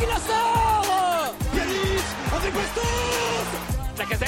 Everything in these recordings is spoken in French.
qui la sort. Yanis avec Bastos. Lacazette.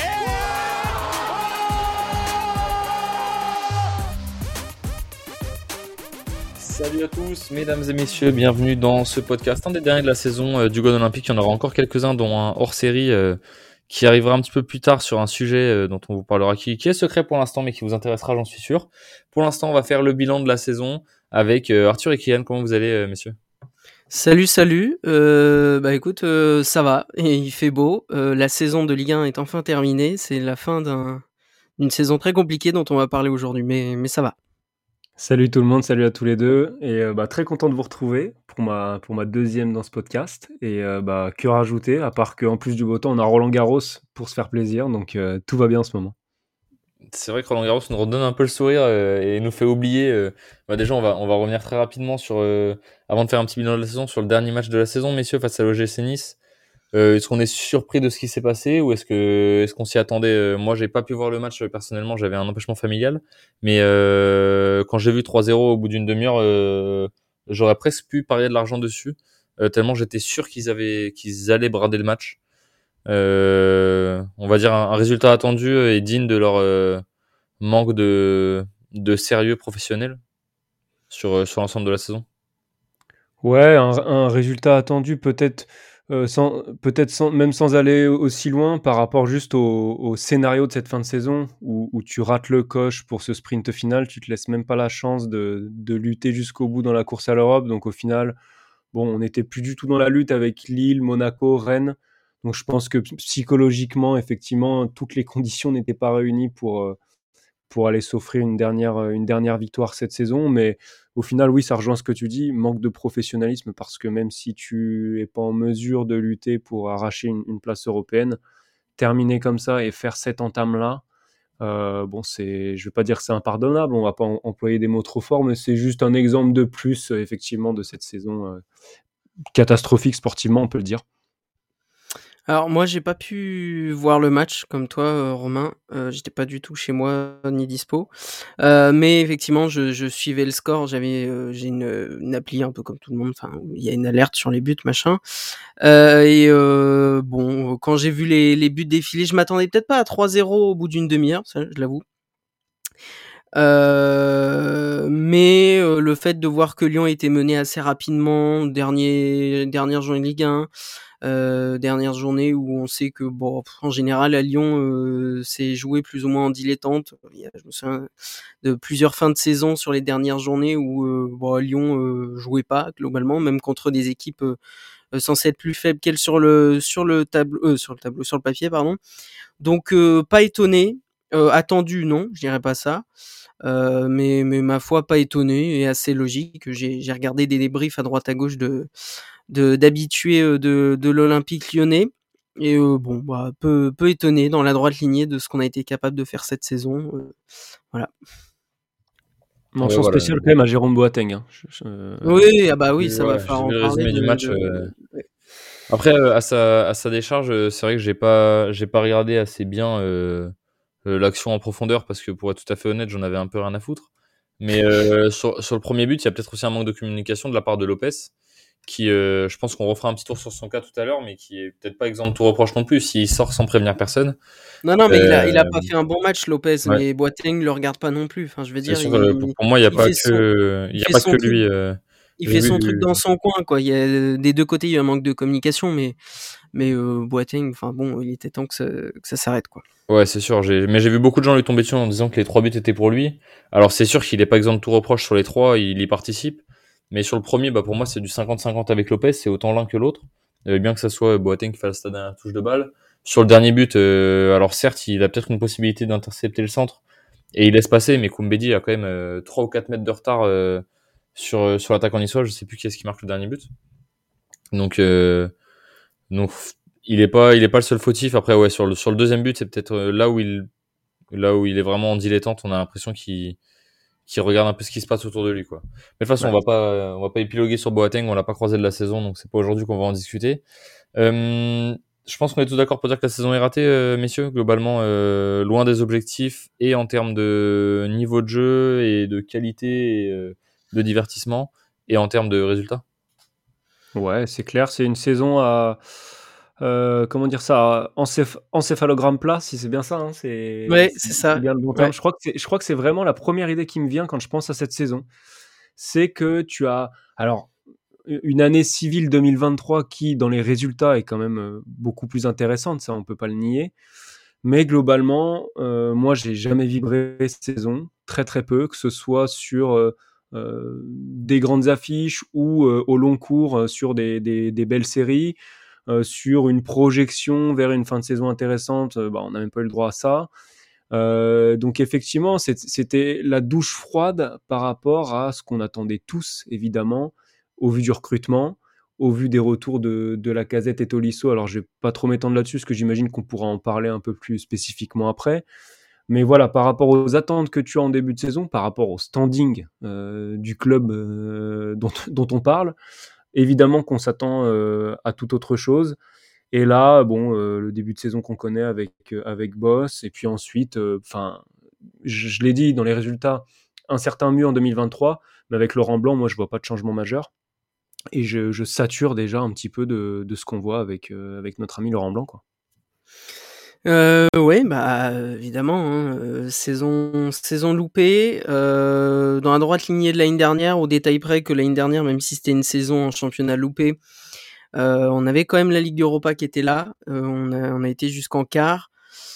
Salut à tous, mesdames et messieurs, bienvenue dans ce podcast, un des derniers de la saison du Gone Olympique. Il y en aura encore quelques-uns, dont un hors-série qui arrivera un petit peu plus tard sur un sujet dont on vous parlera, qui est secret pour l'instant, mais qui vous intéressera, j'en suis sûr. Pour l'instant, on va faire le bilan de la saison avec Arthur et Kylian. Comment vous allez, messieurs ? Salut. Écoute, ça va, et il fait beau. La saison de Ligue 1 est enfin terminée. C'est la fin d'une saison très compliquée dont on va parler aujourd'hui, mais ça va. Salut tout le monde, salut à tous les deux, et très content de vous retrouver pour ma deuxième dans ce podcast, et que rajouter, à part qu'en plus du beau temps, on a Roland Garros pour se faire plaisir, donc tout va bien en ce moment. C'est vrai que Roland Garros nous redonne un peu le sourire et nous fait oublier. Déjà, on va revenir très rapidement sur, avant de faire un petit bilan de la saison, sur le dernier match de la saison, messieurs, face à l'OGC Nice. Est-ce qu'on est surpris de ce qui s'est passé ou est-ce qu'on s'y attendait ? Moi, j'ai pas pu voir le match personnellement, j'avais un empêchement familial. Mais quand j'ai vu 3-0 au bout d'une demi-heure, j'aurais presque pu parier de l'argent dessus, tellement j'étais sûr qu'ils allaient brader le match. On va dire un résultat attendu et digne de leur manque de sérieux professionnel sur l'ensemble de la saison. Ouais, un résultat attendu peut-être même sans aller aussi loin par rapport juste au scénario de cette fin de saison où tu rates le coche pour ce sprint final, tu te laisses même pas la chance de lutter jusqu'au bout dans la course à l'Europe, donc au final, bon, on n'était plus du tout dans la lutte avec Lille, Monaco, Rennes, donc je pense que psychologiquement, effectivement, toutes les conditions n'étaient pas réunies pour aller s'offrir une dernière victoire cette saison. Mais au final, oui, ça rejoint ce que tu dis, manque de professionnalisme, parce que même si tu n'es pas en mesure de lutter pour arracher une place européenne, terminer comme ça et faire cette entame-là, je ne vais pas dire que c'est impardonnable, on ne va pas employer des mots trop forts, mais c'est juste un exemple de plus, effectivement, de cette saison catastrophique sportivement, on peut le dire. Alors moi, j'ai pas pu voir le match comme toi, Romain. J'étais pas du tout chez moi ni dispo. Mais effectivement, je suivais le score. J'ai une appli un peu comme tout le monde. Enfin, il y a une alerte sur les buts, machin. Quand j'ai vu les buts défiler, je m'attendais peut-être pas à 3-0 au bout d'une demi-heure, ça, je l'avoue. Le fait de voir que Lyon était mené assez rapidement, dernière journée de Ligue 1, dernière journée où on sait que en général à Lyon c'est joué plus ou moins en dilettante. Je me souviens de plusieurs fins de saison sur les dernières journées où Lyon jouait pas globalement, même contre des équipes censées être plus faibles qu'elles sur le papier, pardon. Donc pas étonné, attendu non, je dirais pas ça. Mais ma foi pas étonné et assez logique. J'ai regardé des débriefs à droite à gauche d'habitués de l'Olympique Lyonnais et peu étonné dans la droite lignée de ce qu'on a été capable de faire cette saison. Voilà. Mention spéciale quand même à Jérôme Boateng. Hein. Oui, ça va falloir en le parler résumé du match. Ouais. Après, à sa décharge, c'est vrai que j'ai pas regardé assez bien l'action en profondeur parce que pour être tout à fait honnête, j'en avais un peu rien à foutre. Mais sur le premier but, il y a peut-être aussi un manque de communication de la part de Lopez qui, je pense qu'on refera un petit tour sur son cas tout à l'heure, mais qui est peut-être pas exempt de tout reproche non plus s'il sort sans prévenir personne. Non, mais il a pas fait un bon match, Lopez, Ouais. mais Boateng le regarde pas non plus. Enfin, je veux dire, C'est sûr que pour moi, il y a pas que lui. Il fait son truc dans son coin, quoi. Il y a des deux côtés, il y a un manque de communication, mais Boateng, enfin bon, il était temps que ça s'arrête, quoi. Ouais, c'est sûr. Mais j'ai vu beaucoup de gens lui tomber dessus en disant que les 3 buts étaient pour lui. Alors c'est sûr qu'il est pas exempt de tout reproche sur les 3, il y participe. Mais sur le premier, pour moi, c'est du 50-50 avec Lopez, c'est autant l'un que l'autre. Bien que ça soit Boateng qui fasse la dernière touche de balle. Sur le dernier but, alors certes, il a peut-être une possibilité d'intercepter le centre et il laisse passer, mais Koumbedi a quand même 3 ou 4 mètres de retard sur l'attaquant niçois. Je sais plus qui est-ce qui marque le dernier but. Donc il est pas le seul fautif. Après, ouais, sur le deuxième but, c'est peut-être là où il est vraiment en dilettante. On a l'impression qu'il regarde un peu ce qui se passe autour de lui, quoi. Mais de toute façon, on va pas épiloguer sur Boateng. On l'a pas croisé de la saison, donc c'est pas aujourd'hui qu'on va en discuter. Je pense qu'on est tous d'accord pour dire que la saison est ratée, messieurs. Globalement, loin des objectifs et en termes de niveau de jeu et de qualité et de divertissement et en termes de résultats. Ouais, c'est clair, c'est une saison à comment dire ça? Encéphalogramme plat, si c'est bien ça, hein? Ouais, c'est C'est ça. bien le bon terme. Ouais. Je crois que c'est vraiment la première idée qui me vient quand je pense à cette saison. C'est que tu as alors une année civile 2023 qui, dans les résultats, est quand même, beaucoup plus intéressante, ça on peut pas le nier. Mais globalement, moi j'ai jamais vibré cette saison, très, très peu, que ce soit sur, des grandes affiches ou, au long cours, sur des belles séries, sur une projection vers une fin de saison intéressante, bah, on n'a même pas eu le droit à ça. Donc effectivement, c'était la douche froide par rapport à ce qu'on attendait tous, évidemment, au vu du recrutement, au vu des retours de Lacazette et Tolisso. Alors, je vais pas trop m'étendre là-dessus, parce que j'imagine qu'on pourra en parler un peu plus spécifiquement après. Mais voilà, par rapport aux attentes que tu as en début de saison, par rapport au standing du club dont on parle, évidemment qu'on s'attend à toute autre chose. Et là, bon, le début de saison qu'on connaît avec Boss, et puis ensuite, enfin, je l'ai dit dans les résultats, un certain mieux en 2023, mais avec Laurent Blanc, moi, je vois pas de changement majeur. Et je sature déjà un petit peu de ce qu'on voit avec notre ami Laurent Blanc, quoi. Ouais, bah, évidemment, hein, saison loupée, dans la droite lignée de l'année dernière, au détail près que l'année dernière, même si c'était une saison en championnat loupée, on avait quand même la Ligue Europa qui était là. On a été jusqu'en quart.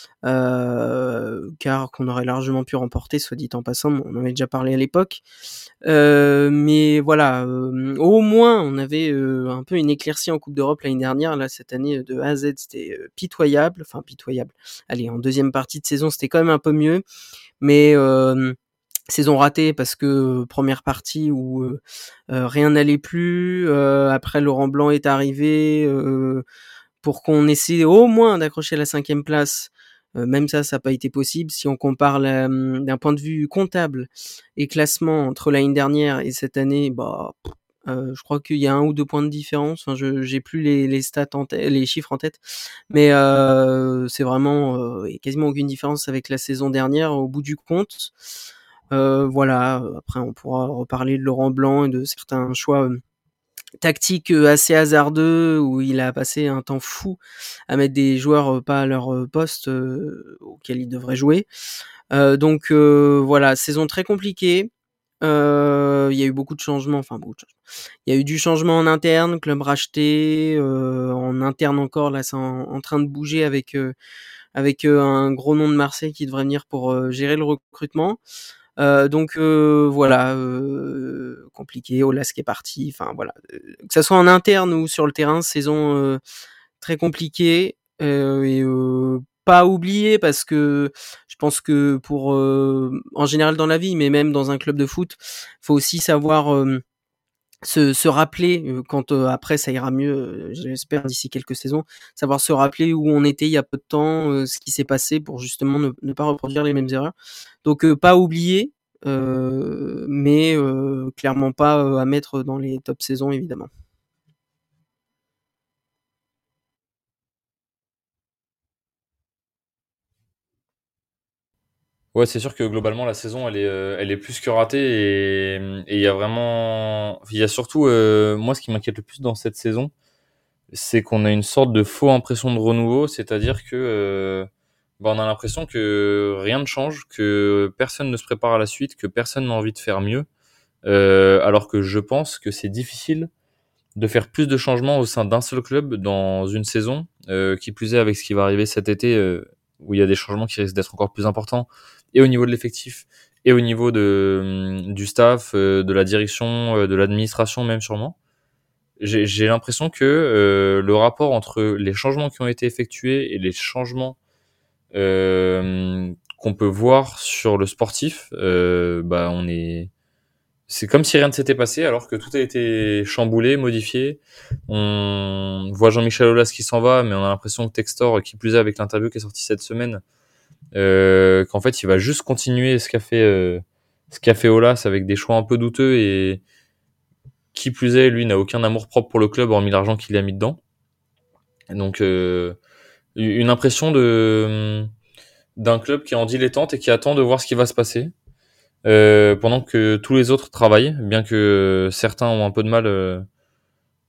Quart qu'on aurait largement pu remporter, soit dit en passant, on en avait déjà parlé à l'époque. Mais voilà, au moins on avait un peu une éclaircie en Coupe d'Europe l'année dernière. Là, cette année, de A à Z, c'était pitoyable. Enfin, pitoyable. Allez, en deuxième partie de saison, c'était quand même un peu mieux. Mais saison ratée parce que première partie où rien n'allait plus. Après, Laurent Blanc est arrivé pour qu'on essaie au moins d'accrocher la 5e place. Même ça n'a pas été possible. Si on compare d'un point de vue comptable et classement entre l'année dernière et cette année, bah, je crois qu'il y a 1 ou 2 points de différence. Enfin, j'ai plus les stats les chiffres en tête, mais c'est vraiment il y a quasiment aucune différence avec la saison dernière au bout du compte. Voilà. Après, on pourra reparler de Laurent Blanc et de certains choix tactique assez hasardeux où il a passé un temps fou à mettre des joueurs pas à leur poste auquel ils devraient jouer. Donc voilà, saison très compliquée. Il y a eu beaucoup de changements, enfin beaucoup de changements. Il y a eu du changement en interne, club racheté, en interne encore, là c'est en train de bouger avec un gros nom de Marseille qui devrait venir pour gérer le recrutement. Donc voilà, compliqué, Aulas qui est parti, enfin voilà, que ça soit en interne ou sur le terrain, saison très compliquée et pas oubliée parce que je pense que pour en général dans la vie, mais même dans un club de foot, faut aussi savoir se rappeler quand après ça ira mieux, j'espère d'ici quelques saisons, savoir se rappeler où on était il y a peu de temps, ce qui s'est passé pour justement ne pas reproduire les mêmes erreurs. Donc pas oublier, mais clairement pas à mettre dans les top saisons évidemment. Ouais, c'est sûr que globalement la saison elle est plus que ratée et il y a vraiment il y a surtout moi ce qui m'inquiète le plus dans cette saison, c'est qu'on a une sorte de faux impression de renouveau, c'est-à-dire que bah, on a l'impression que rien ne change, que personne ne se prépare à la suite, que personne n'a envie de faire mieux, alors que je pense que c'est difficile de faire plus de changements au sein d'un seul club dans une saison, qui plus est avec ce qui va arriver cet été, où il y a des changements qui risquent d'être encore plus importants, et au niveau de l'effectif, et au niveau du staff, de la direction, de l'administration même sûrement. J'ai l'impression que le rapport entre les changements qui ont été effectués et les changements qu'on peut voir sur le sportif, bah c'est comme si rien ne s'était passé alors que tout a été chamboulé, modifié. On voit Jean-Michel Aulas qui s'en va, mais on a l'impression que Textor, qui plus est avec l'interview qui est sortie cette semaine, qu'en fait il va juste continuer ce qu'a fait Aulas avec des choix un peu douteux et qui plus est, lui n'a aucun amour propre pour le club hormis l'argent qu'il a mis dedans. Donc une impression d'un club qui est en dilettante et qui attend de voir ce qui va se passer. Pendant que tous les autres travaillent, bien que certains ont un peu de mal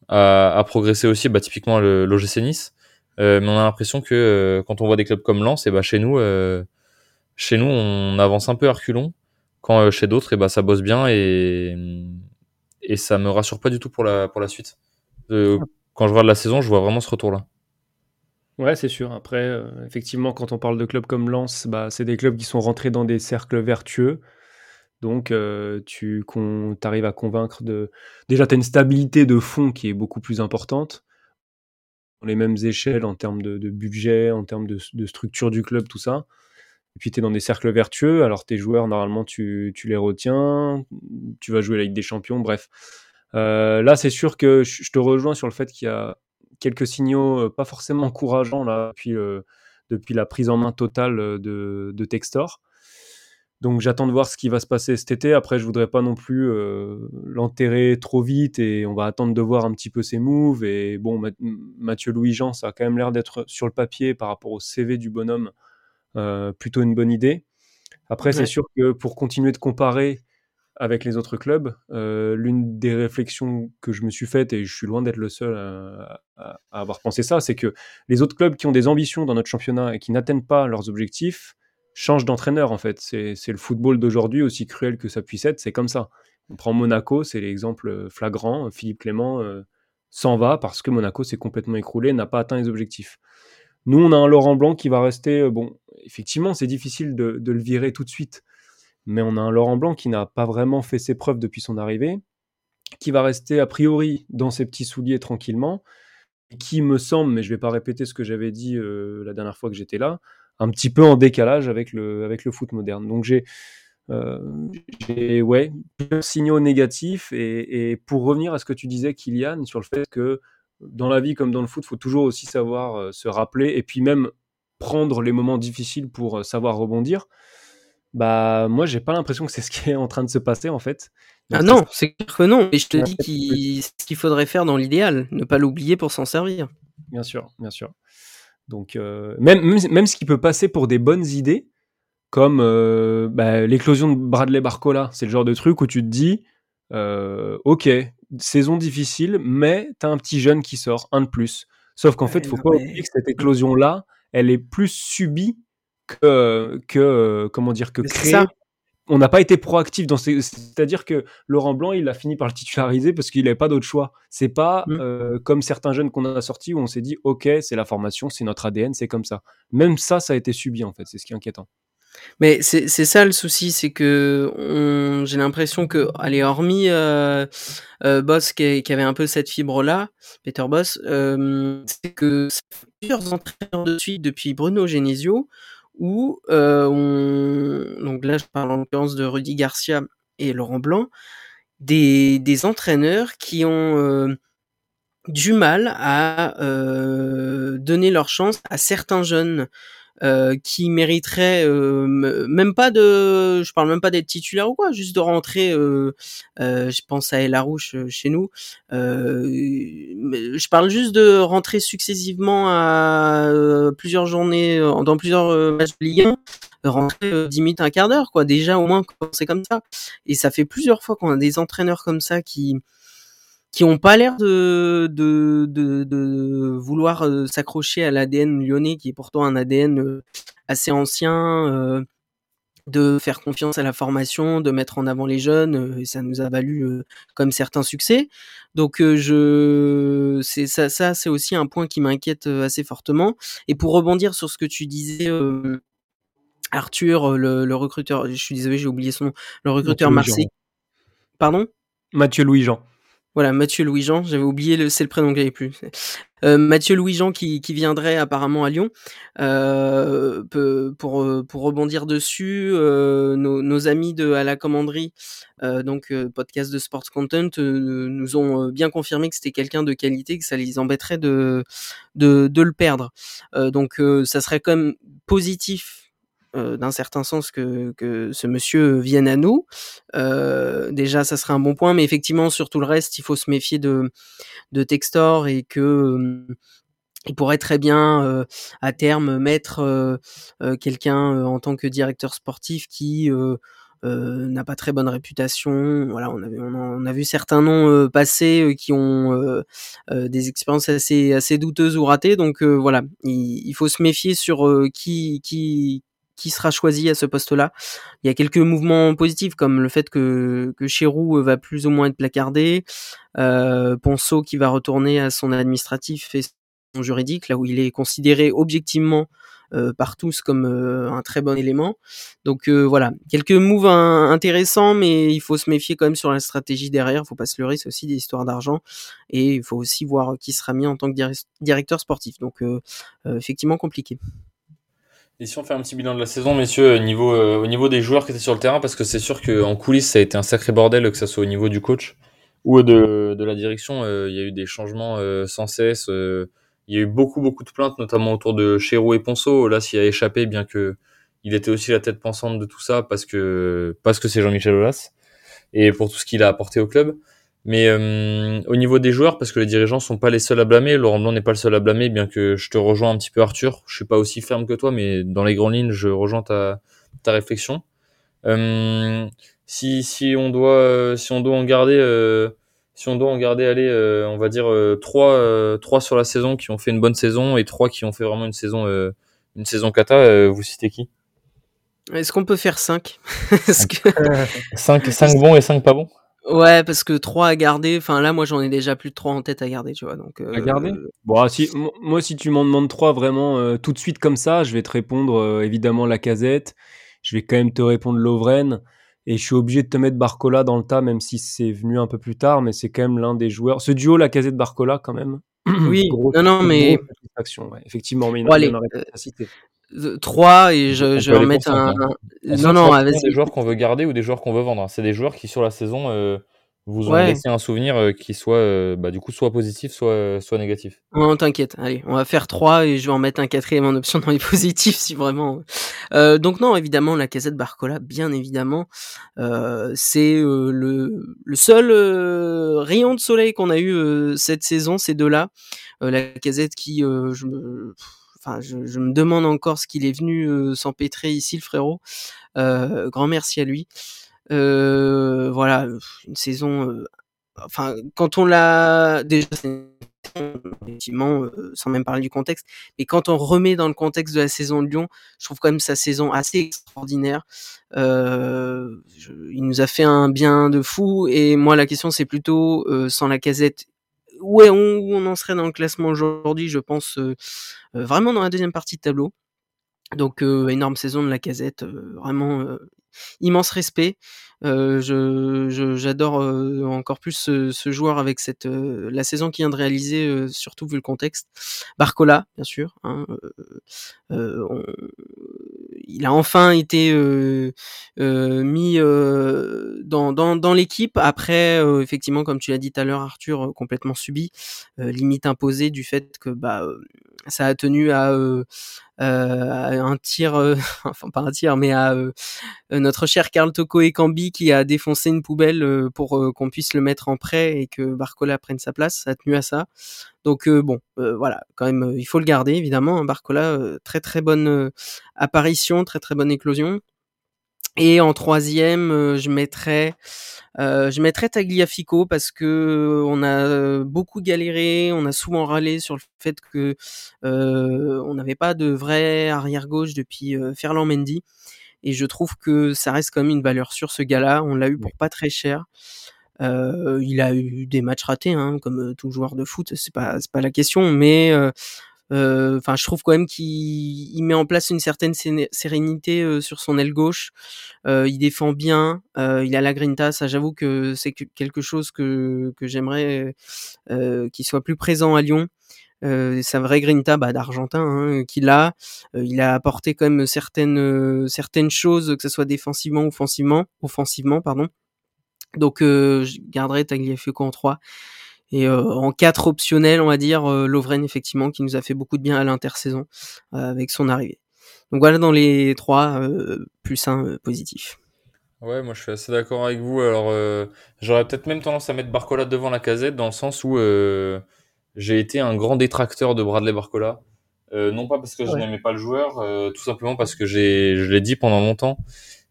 à progresser aussi, typiquement l'OGC Nice. Mais on a l'impression que quand on voit des clubs comme Lens, et chez nous, on avance un peu à reculons. Quand chez d'autres, ça bosse bien et ça me rassure pas du tout pour la suite. Quand je regarde la saison, je vois vraiment ce retour-là. Ouais, c'est sûr. Après, effectivement, quand on parle de clubs comme Lens, c'est des clubs qui sont rentrés dans des cercles vertueux. Donc, tu arrives à convaincre de. Déjà, tu as une stabilité de fond qui est beaucoup plus importante. Dans les mêmes échelles en termes de budget, en termes de structure du club, tout ça. Et puis, tu es dans des cercles vertueux. Alors, tes joueurs, normalement, tu les retiens. Tu vas jouer la Ligue des Champions. Bref. Là, c'est sûr que je te rejoins sur le fait qu'il y a quelques signaux pas forcément encourageants là, depuis la prise en main totale de Textor. Donc j'attends de voir ce qui va se passer cet été. Après, je voudrais pas non plus l'enterrer trop vite et on va attendre de voir un petit peu ses moves. Et bon, Mathieu Louis-Jean, ça a quand même l'air d'être sur le papier par rapport au CV du bonhomme plutôt une bonne idée. Après, c'est sûr que pour continuer de comparer avec les autres clubs, l'une des réflexions que je me suis faite, et je suis loin d'être le seul à avoir pensé ça, c'est que les autres clubs qui ont des ambitions dans notre championnat et qui n'atteignent pas leurs objectifs changent d'entraîneur en fait. C'est le football d'aujourd'hui, aussi cruel que ça puisse être, c'est comme ça. On prend Monaco, c'est l'exemple flagrant. Philippe Clément s'en va parce que Monaco s'est complètement écroulé, n'a pas atteint les objectifs. Nous, on a un Laurent Blanc qui va rester... bon, effectivement, c'est difficile de le virer tout de suite, mais on a un Laurent Blanc qui n'a pas vraiment fait ses preuves depuis son arrivée, qui va rester a priori dans ses petits souliers tranquillement, et qui me semble, mais je ne vais pas répéter ce que j'avais dit la dernière fois que j'étais là, un petit peu en décalage avec le foot moderne. Donc j'ai plusieurs signaux négatifs, et pour revenir à ce que tu disais, Kylian, sur le fait que dans la vie comme dans le foot, il faut toujours aussi savoir se rappeler, et puis même prendre les moments difficiles pour savoir rebondir. Moi, j'ai pas l'impression que c'est ce qui est en train de se passer, en fait. Donc, non, c'est clair que non. Et je te dis ce qu'il faudrait faire dans l'idéal, ne pas l'oublier pour s'en servir. Bien sûr, bien sûr. Donc, même ce qui peut passer pour des bonnes idées, comme l'éclosion de Bradley Barcola, c'est le genre de truc où tu te dis, ok, saison difficile, mais t'as un petit jeune qui sort, un de plus. Sauf qu'en fait, il faut pas oublier que cette éclosion-là, elle est plus subie que créée. On n'a pas été proactif c'est-à-dire que Laurent Blanc, il a fini par le titulariser parce qu'il n'avait pas d'autre choix. C'est pas comme certains jeunes qu'on a sortis où on s'est dit, ok, c'est la formation, c'est notre ADN, c'est comme ça. Même ça a été subi en fait, c'est ce qui est inquiétant. Mais c'est ça le souci, c'est que j'ai l'impression que, allez, hormis Boss qui avait un peu cette fibre-là, Peter Boss, c'est que ça fait plusieurs entraîneurs de suite depuis Bruno Genesio où donc là je parle en l'occurrence de Rudy Garcia et Laurent Blanc, des entraîneurs qui ont du mal à donner leur chance à certains jeunes qui mériteraient même pas je parle même pas d'être titulaire ou quoi, juste de rentrer. Je pense à El Arouche chez nous. Je parle juste de rentrer successivement à plusieurs journées dans plusieurs matchs de Ligue 1. Rentrer 10 minutes, un quart d'heure, quoi. Déjà, au moins, commencer comme ça. Et ça fait plusieurs fois qu'on a des entraîneurs comme ça qui ont pas l'air de vouloir s'accrocher à l'ADN lyonnais, qui est pourtant un ADN assez ancien, de faire confiance à la formation, de mettre en avant les jeunes, et ça nous a valu comme certains succès. Donc c'est ça, c'est aussi un point qui m'inquiète assez fortement. Et pour rebondir sur ce que tu disais, Arthur, le recruteur, je suis désolé, j'ai oublié son nom, le recruteur marseillais. Pardon ? Mathieu Louis-Jean. Voilà, Mathieu Louis-Jean, j'avais oublié c'est le prénom que j'avais plus. Mathieu Louis-Jean qui viendrait apparemment à Lyon. Pour rebondir dessus, nos amis de À la Commanderie, donc podcast de Sports Content, nous ont bien confirmé que c'était quelqu'un de qualité, que ça les embêterait de le perdre. Donc ça serait quand même positif d'un certain sens que ce monsieur vienne à nous. Déjà, ça serait un bon point, mais effectivement, sur tout le reste, il faut se méfier de Textor, et que il pourrait très bien à terme mettre quelqu'un en tant que directeur sportif qui n'a pas très bonne réputation. Voilà, on a vu certains noms passer qui ont des expériences assez douteuses ou ratées. Donc voilà, il faut se méfier sur qui sera choisi à ce poste-là. Il y a quelques mouvements positifs comme le fait que Chérou va plus ou moins être placardé, Ponceau qui va retourner à son administratif et son juridique, là où il est considéré objectivement par tous comme un très bon élément. Donc voilà, quelques moves intéressants, mais il faut se méfier quand même sur la stratégie derrière. Il faut pas se leurrer, c'est aussi des histoires d'argent, et il faut aussi voir qui sera mis en tant que directeur sportif. Donc effectivement compliqué. Et si on fait un petit bilan de la saison, messieurs, au niveau des joueurs qui étaient sur le terrain, parce que c'est sûr qu'en coulisses, ça a été un sacré bordel, que ça soit au niveau du coach ou de la direction. Il y a eu des changements sans cesse. Il y a eu beaucoup de plaintes, notamment autour de Chérou et Ponceau. Là, s'il a échappé, bien que il était aussi la tête pensante de tout ça, parce que c'est Jean-Michel Aulas, et pour tout ce qu'il a apporté au club. Mais au niveau des joueurs, parce que les dirigeants sont pas les seuls à blâmer, Laurent Blanc n'est pas le seul à blâmer, bien que je te rejoins un petit peu Arthur, je suis pas aussi ferme que toi, mais dans les grandes lignes, je rejoins ta réflexion. Euh, si on doit en garder allez, on va dire trois sur la saison qui ont fait une bonne saison et trois qui ont fait vraiment une saison cata, vous citez qui? Est-ce qu'on peut faire 5 Parce que 5 bons et 5 pas bons? ouais, parce que 3 à garder, enfin là moi j'en ai déjà plus de 3 en tête à garder, tu vois. Donc À garder? Bon, si moi, si tu m'en demandes 3 vraiment tout de suite comme ça, je vais te répondre évidemment Lacazette. Je vais quand même te répondre Lovren. Et je suis obligé de te mettre Barcola dans le tas, même si c'est venu un peu plus tard, mais c'est quand même l'un des joueurs. Ce duo Lacazette-Barcola, quand même. oui, grosse, non mais grosse satisfaction, ouais. Effectivement, mais bon, il y allez, en aurait pas à citer. 3 et On je peut vais en aller pour mettre 5, un, hein. On non sent que c'est non, pas forcément des vas-y. joueurs qu'on veut garder ou des joueurs qu'on veut vendre, hein. C'est des joueurs qui, sur la saison, vous ont Ouais. laissé un souvenir qui soit, du coup, soit positif, soit négatif. Non, t'inquiète, allez, on va faire 3 et je vais en mettre un 4e en option dans les positifs si vraiment. Donc non, évidemment, Lacazette, Barcola, bien évidemment, c'est le seul rayon de soleil qu'on a eu cette saison, ces deux-là. Lacazette qui, je me demande encore ce qu'il est venu s'empêtrer ici, le frérot. Grand merci à lui. Voilà, une saison. Enfin, quand on l'a déjà, effectivement, sans même parler du contexte, mais quand on remet dans le contexte de la saison de Lyon, je trouve quand même sa saison assez extraordinaire. Il nous a fait un bien de fou, et moi la question c'est plutôt sans Lacazette, où on en serait dans le classement aujourd'hui? Je pense vraiment dans la deuxième partie de tableau. Donc énorme saison de Lacazette, vraiment immense respect. J'adore encore plus ce joueur avec la saison qu'il vient de réaliser, surtout vu le contexte. Barcola, bien sûr, hein, il a enfin été mis dans l'équipe après effectivement, comme tu l'as dit tout à l'heure Arthur, complètement subi, limite imposée du fait que ça a tenu à un tir, enfin pas un tir, mais à notre cher Karl Toko Ekambi qui a défoncé une poubelle pour qu'on puisse le mettre en prêt et que Barcola prenne sa place. Ça a tenu à ça. Donc voilà, quand même, il faut le garder évidemment, hein, Barcola, très très bonne apparition, très très bonne éclosion. Et en 3e, je mettrais Tagliafico, parce que on a beaucoup galéré, on a souvent râlé sur le fait que on n'avait pas de vrai arrière gauche depuis Ferland Mendy, et je trouve que ça reste quand même une valeur sûre, ce gars-là. On l'a eu pour pas très cher. Il a eu des matchs ratés, hein, comme tout joueur de foot, c'est pas la question, mais enfin, je trouve quand même qu'il met en place une certaine sérénité sur son aile gauche. Il défend bien, il a la grinta. Ça, j'avoue que c'est quelque chose que j'aimerais qu'il soit plus présent à Lyon. Sa vraie grinta d'Argentin, hein, qu'il a. Il a apporté quand même certaines choses, que ce soit défensivement ou offensivement, pardon. Donc je garderai Tagliafico en 3. Et en 4 optionnels, on va dire, Lovren, effectivement, qui nous a fait beaucoup de bien à l'intersaison avec son arrivée. Donc voilà, dans les 3, plus 1 positif. Ouais, moi je suis assez d'accord avec vous. Alors, j'aurais peut-être même tendance à mettre Barcola devant Lacazette, dans le sens où j'ai été un grand détracteur de Bradley Barcola. Non pas parce que je Ouais. n'aimais pas le joueur, tout simplement parce que je l'ai dit pendant longtemps,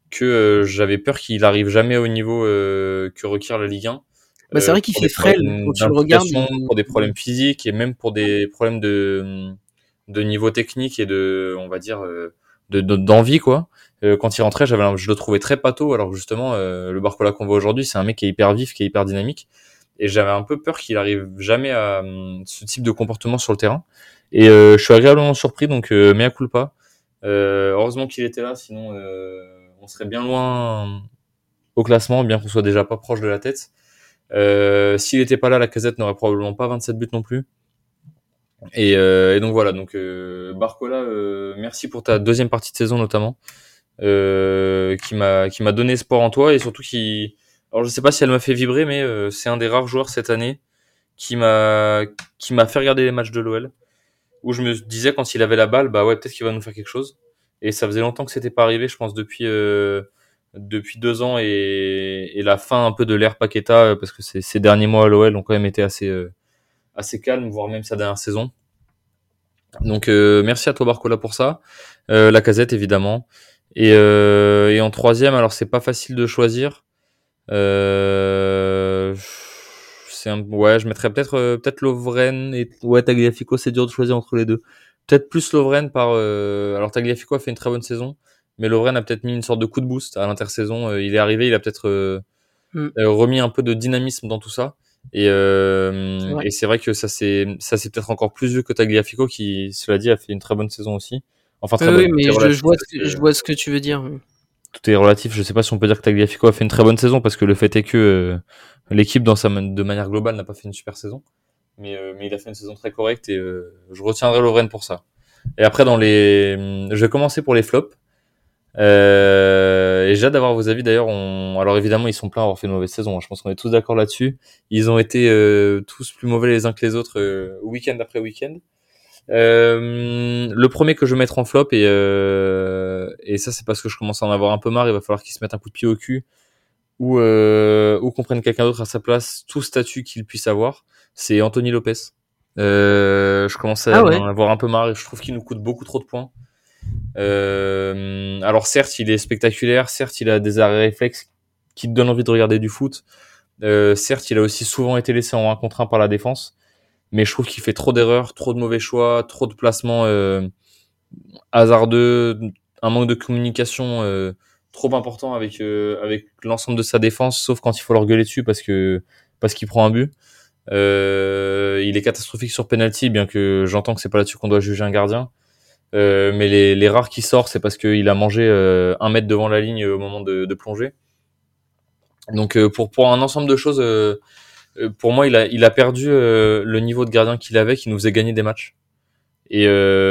que j'avais peur qu'il arrive jamais au niveau que requiert la Ligue 1. Bah, c'est vrai qu'il Pour fait des frêle. problèmes Quand tu le regardes, d'implication, pour des problèmes physiques et même pour des problèmes de niveau technique et on va dire, d'envie, quoi. Quand il rentrait, je le trouvais très pâteau, alors que justement, le Barcola qu'on voit aujourd'hui, c'est un mec qui est hyper vif, qui est hyper dynamique. Et j'avais un peu peur qu'il arrive jamais à ce type de comportement sur le terrain. Et je suis agréablement surpris, donc mea culpa. Heureusement qu'il était là, sinon on serait bien loin au classement, bien qu'on soit déjà pas proche de la tête. S'il était pas là, la Casette n'aurait probablement pas 27 buts non plus. Et donc voilà, donc Barcola, merci pour ta deuxième partie de saison notamment, qui m'a donné espoir en toi et surtout alors je sais pas si elle m'a fait vibrer, mais c'est un des rares joueurs cette année qui m'a fait regarder les matchs de l'OL, où je me disais quand il avait la balle, bah ouais, peut-être qu'il va nous faire quelque chose. Et ça faisait longtemps que c'était pas arrivé, je pense depuis 2 ans et la fin un peu de l'ère Paqueta, parce que ces derniers mois à l'OL ont quand même été assez calmes, voire même sa dernière saison. Donc merci à toi Barcola pour ça. La Casette évidemment. Et en troisième, alors c'est pas facile de choisir. Ouais, je mettrais peut-être Lovren et ouais, Tagliafico, c'est dur de choisir entre les deux. Peut-être plus Lovren alors Tagliafico a fait une très bonne saison, mais Lovren a peut-être mis une sorte de coup de boost à l'intersaison. Il est arrivé, il a peut-être remis un peu de dynamisme dans tout ça. Et c'est vrai que ça c'est peut-être encore plus vieux que Tagliafico, qui, cela dit, a fait une très bonne saison aussi. Enfin, très bonne. oui, mais je vois ce que tu veux dire. Tout est relatif. Je sais pas si on peut dire que Tagliafico a fait une très bonne saison, parce que le fait est que l'équipe de manière globale n'a pas fait une super saison, mais il a fait une saison très correcte, et je retiendrai Lovren pour ça. Et après je vais commencer pour les flops. Et j'ai hâte d'avoir vos avis d'ailleurs. Alors évidemment, ils sont pleins d'avoir fait une mauvaise saison, hein. Je pense qu'on est tous d'accord là-dessus. Ils ont été tous plus mauvais les uns que les autres, week-end après week-end. Le premier que je vais mettre en flop, et ça c'est parce que je commence à en avoir un peu marre, il va falloir qu'ils se mettent un coup de pied au cul, ou qu'on prenne quelqu'un d'autre à sa place, tout statut qu'il puisse avoir, c'est Anthony Lopez. Je commence à en avoir un peu marre et je trouve qu'il nous coûte beaucoup trop de points. Alors certes, il est spectaculaire, certes, il a des arrêts réflexes qui te donnent envie de regarder du foot. Certes, il a aussi souvent été laissé en 1 contre 1 par la défense, mais je trouve qu'il fait trop d'erreurs, trop de mauvais choix, trop de placements hasardeux, un manque de communication trop important avec l'ensemble de sa défense, sauf quand il faut leur gueuler dessus parce qu'il prend un but. Il est catastrophique sur penalty, bien que j'entends que c'est pas là-dessus qu'on doit juger un gardien. Mais les rares qui sortent, c'est parce qu'il a mangé 1 mètre devant la ligne au moment de plonger. Donc pour un ensemble de choses, pour moi, il a perdu le niveau de gardien qu'il avait, qui nous faisait gagner des matchs. Et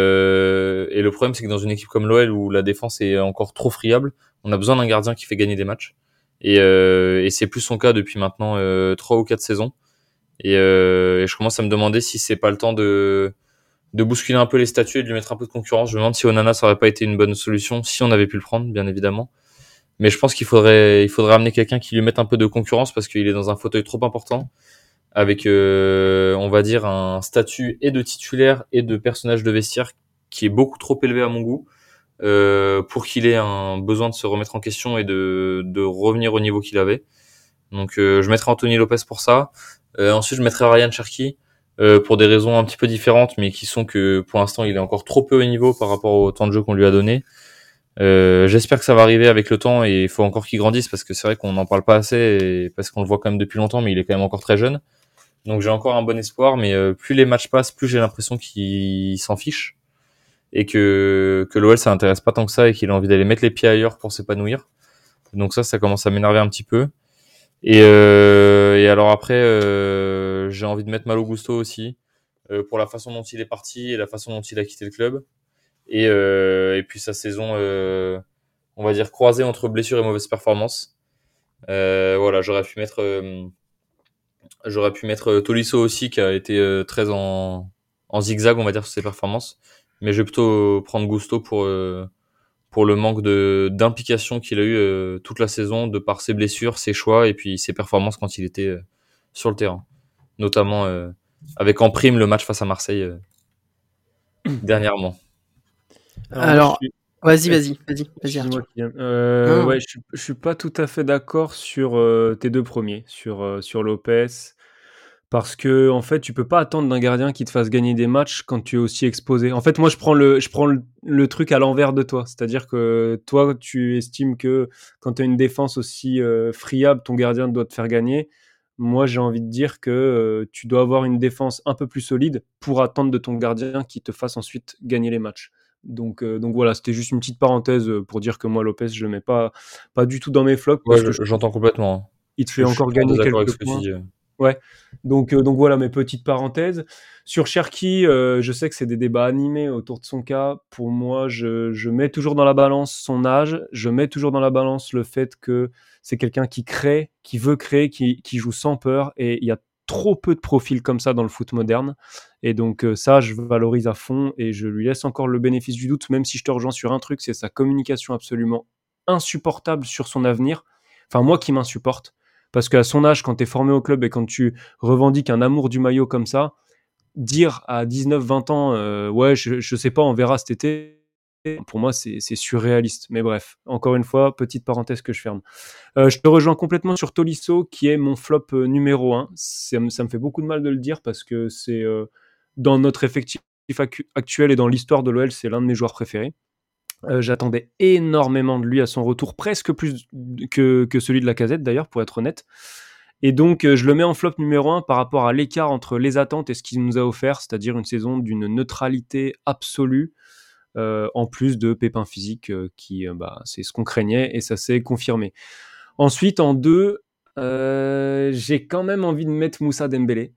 le problème, c'est que dans une équipe comme l'OL, où la défense est encore trop friable, on a besoin d'un gardien qui fait gagner des matchs. Et c'est plus son cas depuis maintenant 3 ou 4 saisons. Et je commence à me demander si c'est pas le temps de bousculer un peu les statuts et de lui mettre un peu de concurrence. Je me demande si Onana, ça aurait pas été une bonne solution, si on avait pu le prendre, bien évidemment. Mais je pense qu'il faudrait amener quelqu'un qui lui mette un peu de concurrence, parce qu'il est dans un fauteuil trop important, avec, on va dire, un statut et de titulaire et de personnage de vestiaire qui est beaucoup trop élevé à mon goût, pour qu'il ait un besoin de se remettre en question et de revenir au niveau qu'il avait. Donc je mettrai Anthony Lopez pour ça. Ensuite, je mettrai Ryan Cherki, pour des raisons un petit peu différentes, mais qui sont que pour l'instant, il est encore trop peu au niveau par rapport au temps de jeu qu'on lui a donné. J'espère que ça va arriver avec le temps, et il faut encore qu'il grandisse, parce que c'est vrai qu'on n'en parle pas assez, et parce qu'on le voit quand même depuis longtemps, mais il est quand même encore très jeune. Donc j'ai encore un bon espoir, mais plus les matchs passent, plus j'ai l'impression qu'il s'en fiche, et que l'OL ça l'intéresse pas tant que ça, et qu'il a envie d'aller mettre les pieds ailleurs pour s'épanouir. Donc ça commence à m'énerver un petit peu. Et alors après, j'ai envie de mettre Malo Gusto aussi, pour la façon dont il est parti et la façon dont il a quitté le club. Et puis sa saison, on va dire, croisée entre blessures et mauvaises performances. Voilà, j'aurais pu mettre Tolisso aussi, qui a été très en zigzag, on va dire, sur ses performances. Mais je vais plutôt prendre Gusto pour le manque d'implication qu'il a eu toute la saison, de par ses blessures, ses choix et puis ses performances quand il était sur le terrain. Notamment avec en prime le match face à Marseille dernièrement. Alors, Vas-y, Ex- Arthur. Excuse-moi, Kylian. Non, Ouais, je suis pas tout à fait d'accord sur tes deux premiers, sur Lopez. Parce que en fait, tu peux pas attendre d'un gardien qui te fasse gagner des matchs quand tu es aussi exposé. En fait, moi, je prends le truc à l'envers de toi. C'est-à-dire que toi, tu estimes que quand tu as une défense aussi friable, ton gardien doit te faire gagner. Moi, j'ai envie de dire que tu dois avoir une défense un peu plus solide pour attendre de ton gardien qui te fasse ensuite gagner les matchs. Donc voilà, c'était juste une petite parenthèse pour dire que moi, Lopez, je le mets pas du tout dans mes flops Ouais, parce que je trouve j'entends complètement, hein. qu'il te Je fait suis encore pas en gagner désaccord avec quelques ce que tu points. dis. Ouais, donc voilà mes petites parenthèses. Sur Cherki, je sais que c'est des débats animés autour de son cas. Pour moi, je mets toujours dans la balance son âge, je mets toujours dans la balance le fait que c'est quelqu'un qui crée, qui veut créer, qui joue sans peur, et il y a trop peu de profils comme ça dans le foot moderne. Et donc ça, je valorise à fond, et je lui laisse encore le bénéfice du doute, même si je te rejoins sur un truc, c'est sa communication absolument insupportable sur son avenir. Enfin, moi qui m'insupporte. Parce qu'à son âge, quand tu es formé au club et quand tu revendiques un amour du maillot comme ça, dire à 19-20 ans, ouais, je sais pas, on verra cet été, pour moi, c'est surréaliste. Mais bref, encore une fois, petite parenthèse que je ferme. Je te rejoins complètement sur Tolisso, qui est mon flop numéro 1. Ça me fait beaucoup de mal de le dire parce que c'est dans notre effectif actuel et dans l'histoire de l'OL, c'est l'un de mes joueurs préférés. J'attendais énormément de lui à son retour, presque plus que celui de Lacazette d'ailleurs, pour être honnête. Et donc, je le mets en flop numéro 1 par rapport à l'écart entre les attentes et ce qu'il nous a offert, c'est-à-dire une saison d'une neutralité absolue, en plus de pépins physiques qui, c'est ce qu'on craignait et ça s'est confirmé. Ensuite, en 2, j'ai quand même envie de mettre Moussa Dembélé.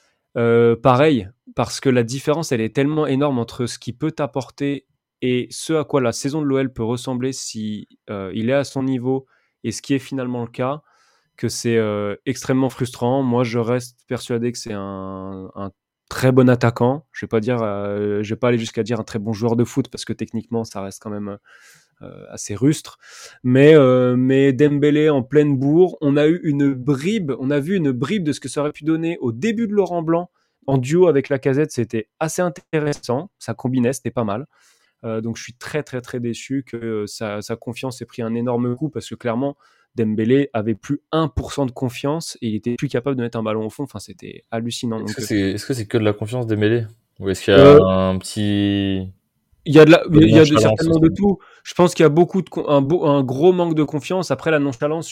Pareil, parce que la différence, elle est tellement énorme entre ce qu'il peut t'apporter et ce à quoi la saison de l'OL peut ressembler si il est à son niveau et ce qui est finalement le cas, que c'est extrêmement frustrant. Moi, je reste persuadé que c'est un très bon attaquant. Je vais pas aller jusqu'à dire un très bon joueur de foot parce que techniquement, ça reste quand même assez rustre. Mais Dembélé en pleine bourre, on a vu une bribe de ce que ça aurait pu donner au début de Laurent Blanc en duo avec Lacazette. C'était assez intéressant, ça combinait, c'était pas mal. Donc je suis très très très déçu que sa confiance ait pris un énorme coup parce que clairement Dembélé avait plus 1% de confiance et il était plus capable de mettre un ballon au fond. Enfin, c'était hallucinant. Est-ce que c'est que de la confiance des mêlés? Ou est-ce qu'il y a Euh, un petit peu de il y a nonchalance certainement de aussi? tout. Je pense qu'il y a un gros manque de confiance. Après, la nonchalance,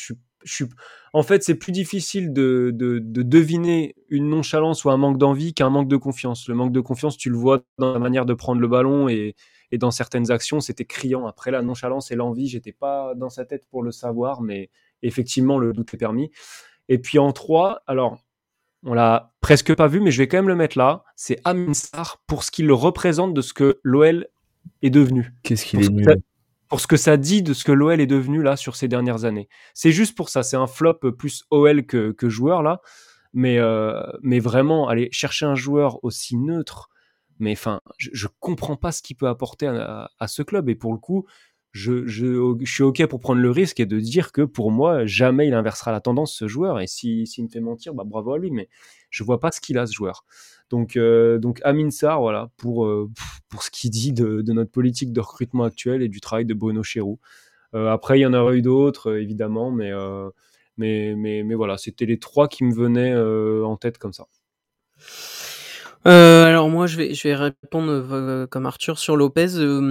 en fait, c'est plus difficile de deviner une nonchalance ou un manque d'envie qu'un manque de confiance. Le manque de confiance, tu le vois dans la manière de prendre le ballon et dans certaines actions, c'était criant. Après, la nonchalance et l'envie, j'étais pas dans sa tête pour le savoir, mais effectivement, le doute est permis. Et puis en 3, alors, on l'a presque pas vu, mais je vais quand même le mettre là. C'est Amin Sarr pour ce qu'il représente de ce que l'OL est devenu. Qu'est-ce qu'il Pour est ce, que ça, nul. pour ce que ça dit de ce que l'OL est devenu là sur ces dernières années. C'est juste pour ça. C'est un flop plus OL que joueur là. Mais vraiment, aller chercher un joueur aussi neutre, mais enfin, je comprends pas ce qu'il peut apporter à ce club. Et pour le coup, je suis OK pour prendre le risque et de dire que pour moi, jamais il inversera la tendance, ce joueur. Et s'il me fait mentir, bravo à lui, mais je vois pas ce qu'il a, ce joueur. Donc Amin Sarr, voilà, pour ce qu'il dit de notre politique de recrutement actuelle et du travail de Bruno Chéroux. Après, il y en aurait eu d'autres, évidemment, mais voilà, c'était les trois qui me venaient en tête comme ça. Alors moi, je vais répondre comme Arthur sur Lopez.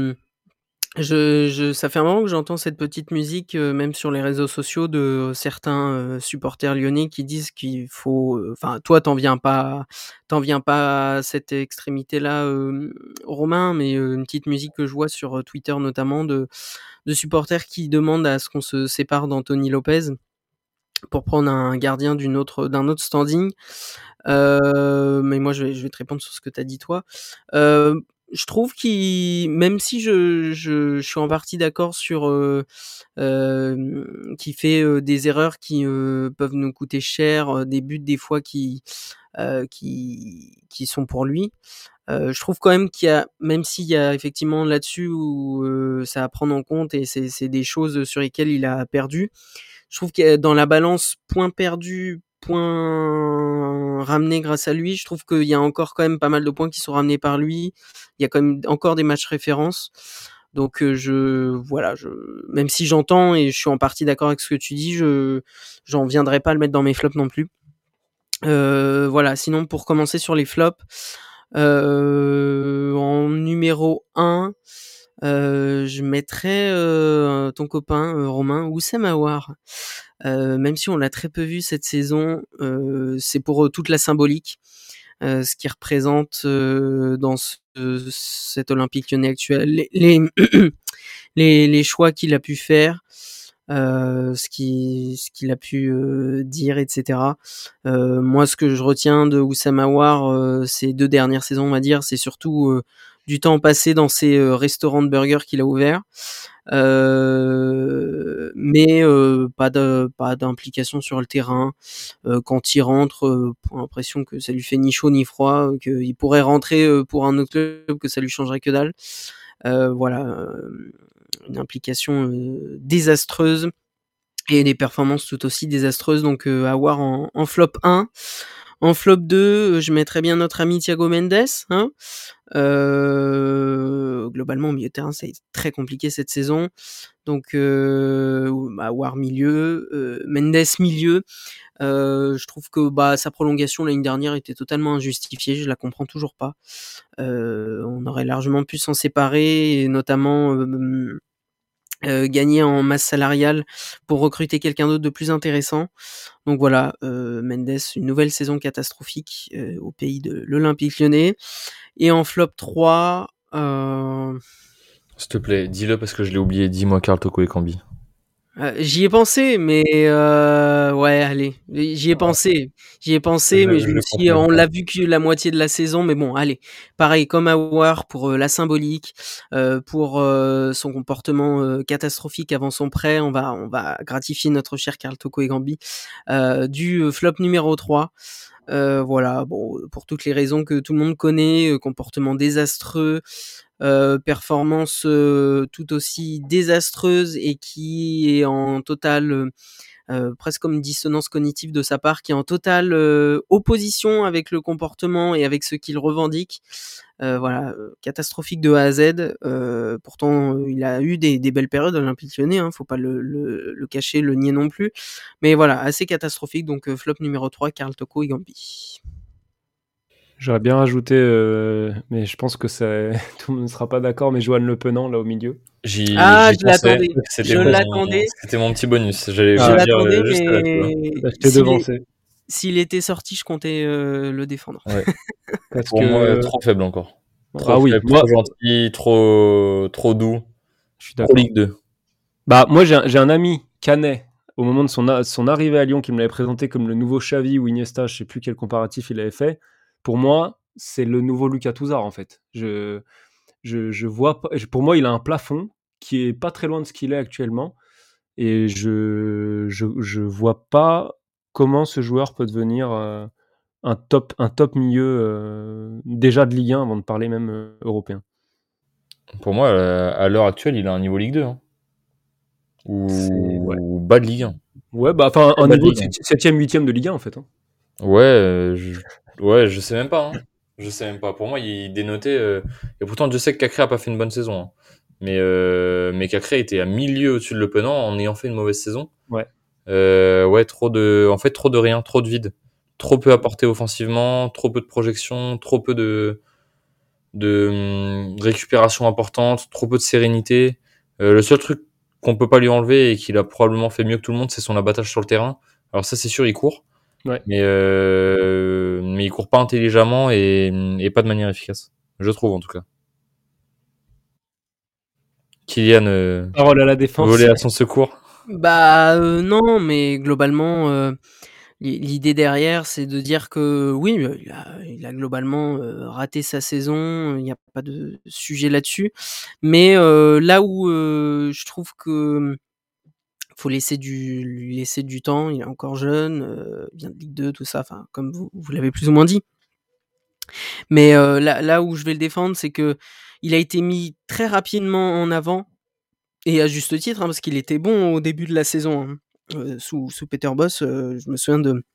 Ça fait un moment que j'entends cette petite musique, même sur les réseaux sociaux de certains supporters lyonnais qui disent qu'il faut, enfin, toi, t'en viens pas à cette extrémité-là, Romain, mais une petite musique que je vois sur Twitter notamment de supporters qui demandent à ce qu'on se sépare d'Anthony Lopez pour prendre un gardien d'un autre standing. Mais moi, je vais te répondre sur ce que tu as dit toi. Je trouve même si je suis en partie d'accord sur qu'il fait des erreurs qui peuvent nous coûter cher, des buts des fois qui sont pour lui. Je trouve quand même même s'il y a effectivement là-dessus où c'est à prendre en compte et c'est des choses sur lesquelles il a perdu. Je trouve que dans la balance points perdus, points ramenés grâce à lui, je trouve qu'il y a encore quand même pas mal de points qui sont ramenés par lui. Il y a quand même encore des matchs références. Donc même si j'entends et je suis en partie d'accord avec ce que tu dis, j'en viendrai pas à le mettre dans mes flops non plus. Voilà, sinon pour commencer sur les flops, en numéro 1, je mettrais ton copain Romain, Oussem Aouar. Même si on l'a très peu vu cette saison, c'est pour toute la symbolique, ce qui représente dans cet Olympique Lyonnais actuel, les choix qu'il a pu faire, ce qu'il a pu dire, etc. Moi, ce que je retiens de Oussem Aouar ces 2 dernières saisons, on va dire, c'est surtout du temps passé dans ces restaurants de burgers qu'il a ouverts. Mais pas d'implication sur le terrain. Quand il rentre, pour l'impression que ça lui fait ni chaud ni froid, qu'il pourrait rentrer pour un autre club, que ça lui changerait que dalle. Voilà, une implication désastreuse et des performances tout aussi désastreuses. Donc Aouar en flop 1. En flop 2, je mettrais bien notre ami Thiago Mendes, hein. Globalement, au milieu de terrain, ça a été très compliqué cette saison. Donc, Aouar milieu, Mendes milieu. Je trouve que sa prolongation l'année dernière était totalement injustifiée. Je la comprends toujours pas. On aurait largement pu s'en séparer, et notamment gagner en masse salariale pour recruter quelqu'un d'autre de plus intéressant. Donc voilà, Mendes, une nouvelle saison catastrophique au pays de l'Olympique Lyonnais. Et en flop 3... S'il te plaît, dis-le parce que je l'ai oublié. Dis-moi Karl Toko Ekambi. J'y ai pensé, mais ouais, allez, j'y ai pensé, mais je me suis, on l'a vu que la moitié de la saison, mais bon, allez, pareil comme Aouar pour la symbolique, pour son comportement catastrophique avant son prêt, on va gratifier notre cher Karl Toko Ekambi du flop numéro 3. Voilà, bon, pour toutes les raisons que tout le monde connaît, comportement désastreux, performance tout aussi désastreuse et qui est en totale presque comme dissonance cognitive de sa part, qui est en totale opposition avec le comportement et avec ce qu'il revendique. Voilà, catastrophique de A à Z. Pourtant, il a eu des belles périodes à l'Olympique Lyonnais, hein, faut pas le cacher, le nier non plus. Mais voilà, assez catastrophique. Donc flop numéro 3, Karl Toko Ekambi. J'aurais bien rajouté, mais je pense que tout le monde ne sera pas d'accord, mais Johan Le Penant, là au milieu. Je l'attendais. C'était mon petit bonus. Je l'attendais, mais je t'ai devancé. S'il était sorti, je comptais le défendre. Ouais. Pour moi, trop faible encore. Trop faible, trop gentil, trop doux. Je suis d'accord. Trop Ligue 2. Moi, j'ai un ami, Canet, au moment de son arrivée à Lyon, qui me l'avait présenté comme le nouveau Xavi ou Iniesta, je sais plus quel comparatif il avait fait. Pour moi, c'est le nouveau Lucas Touzard, en fait. Je vois pas, pour moi, il a un plafond qui est pas très loin de ce qu'il est actuellement. Et je vois pas comment ce joueur peut devenir un top milieu déjà de Ligue 1 avant de parler même européen. Pour moi, à l'heure actuelle, il a un niveau Ligue 2. Hein. Ou bas de Ligue 1. Ouais, un niveau 7e, 8e de Ligue 1 en fait. Hein. Ouais, je sais même pas. Hein. Je sais même pas. Pour moi, il dénotait. Et pourtant, je sais que Cacré a pas fait une bonne saison. Hein. Mais Cacré était à milieu au-dessus de Le Penant en ayant fait une mauvaise saison. Ouais. Trop de rien, trop de vide. Trop peu apporté offensivement, trop peu de projection, trop peu de récupération importante, trop peu de sérénité. Le seul truc qu'on peut pas lui enlever et qu'il a probablement fait mieux que tout le monde, c'est son abattage sur le terrain. Alors ça, c'est sûr, il court. Ouais. Mais il court pas intelligemment et pas de manière efficace. Je trouve, en tout cas. Kylian parole à la défense. Volé à son secours. Non, mais globalement, l'idée derrière, c'est de dire que oui, il a globalement raté sa saison, il n'y a pas de sujet là-dessus. Mais là où je trouve que faut lui laisser du temps, il est encore jeune, vient de Ligue 2, tout ça, enfin comme vous l'avez plus ou moins dit. Mais là où je vais le défendre, c'est que il a été mis très rapidement en avant, et à juste titre, hein, parce qu'il était bon au début de la saison. Hein. Sous Peter Bosz, je me souviens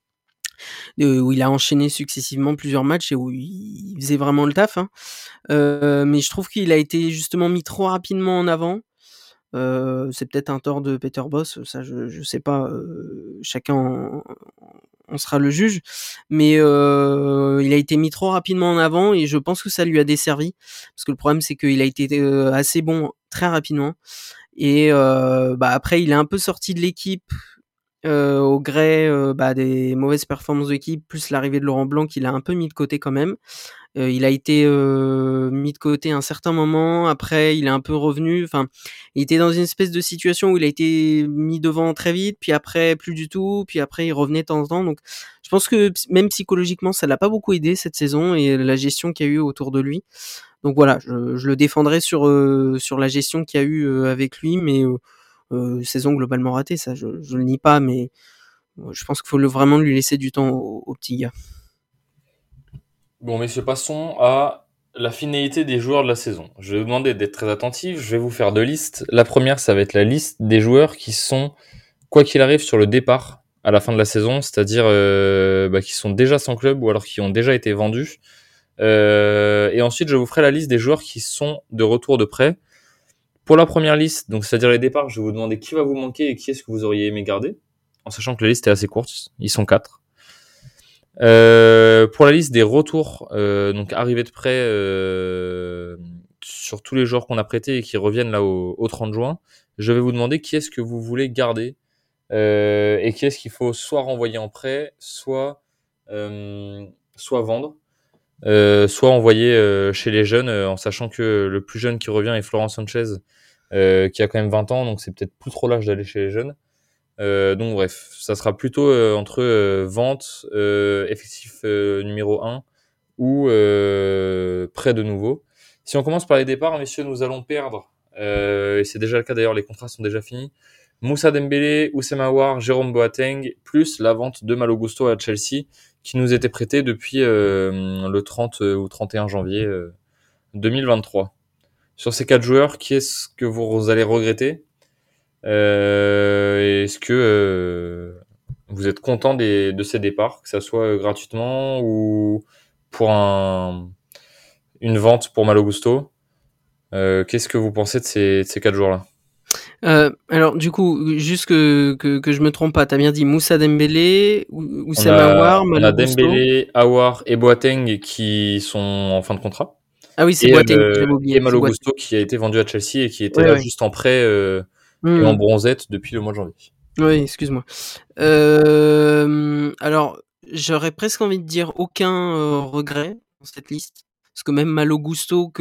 où il a enchaîné successivement plusieurs matchs et où il faisait vraiment le taf, hein. Mais je trouve qu'il a été justement mis trop rapidement en avant. C'est peut-être un tort de Peter Bosz, ça je sais pas, chacun en sera le juge. Mais il a été mis trop rapidement en avant et je pense que ça lui a desservi. Parce que le problème, c'est qu'il a été assez bon très rapidement. Et après, il est un peu sorti de l'équipe au gré des mauvaises performances de l'équipe, plus l'arrivée de Laurent Blanc qu'il a un peu mis de côté quand même. Il a été mis de côté à un certain moment. Après, il est un peu revenu. Enfin, il était dans une espèce de situation où il a été mis devant très vite, puis après plus du tout, puis après il revenait de temps en temps. Donc, je pense que même psychologiquement, ça l'a pas beaucoup aidé cette saison et la gestion qu'il y a eu autour de lui. Donc voilà, je le défendrai sur la gestion qu'il y a eu avec lui, mais saison globalement ratée, ça je le nie pas, mais je pense qu'il faut vraiment lui laisser du temps au petit gars. Bon, messieurs, passons à la finalité des joueurs de la saison. Je vais vous demander d'être très attentifs. Je vais vous faire deux listes. La première, ça va être la liste des joueurs qui sont, quoi qu'il arrive, sur le départ à la fin de la saison, c'est-à-dire qui sont déjà sans club ou alors qui ont déjà été vendus. Et ensuite, je vous ferai la liste des joueurs qui sont de retour de prêt. Pour la première liste, donc c'est-à-dire les départs, je vais vous demander qui va vous manquer et qui est-ce que vous auriez aimé garder, en sachant que la liste est assez courte, ils sont 4. Pour la liste des retours, donc arrivés de prêt sur tous les joueurs qu'on a prêtés et qui reviennent là au 30 juin, je vais vous demander qui est-ce que vous voulez garder et qui est-ce qu'il faut soit renvoyer en prêt, soit vendre, soit envoyer chez les jeunes, en sachant que le plus jeune qui revient est Florent Sanchez, qui a quand même 20 ans, donc c'est peut-être plus trop l'âge d'aller chez les jeunes. Donc bref, ça sera plutôt entre vente, effectif numéro 1 ou prêt de nouveau. Si on commence par les départs, messieurs, nous allons perdre, et c'est déjà le cas d'ailleurs, les contrats sont déjà finis, Moussa Dembélé, Oussem Aouar, Jérôme Boateng, plus la vente de Malo Gusto à Chelsea, qui nous était prêté depuis le 30 ou 31 janvier 2023. Sur ces 4 joueurs, qui est-ce que vous allez regretter ? Est-ce que vous êtes content de ces départs, que ça soit gratuitement ou pour une vente pour Malo Gusto? Qu'est-ce que vous pensez de ces 4 joueurs-là? Alors du coup, juste que je me trompe pas, t'as bien dit Moussa Dembélé, Oussem Aouar, On Malo a Gusto. Dembélé, Aouar et Boateng qui sont en fin de contrat. Ah oui, c'est Boateng, j'avais oublié. Et Malo Gusto qui a été vendu à Chelsea et qui était là juste en prêt et en bronzette depuis le mois de janvier. Oui, excuse-moi. Alors, j'aurais presque envie de dire aucun regret dans cette liste. Parce que même Malo Gusto,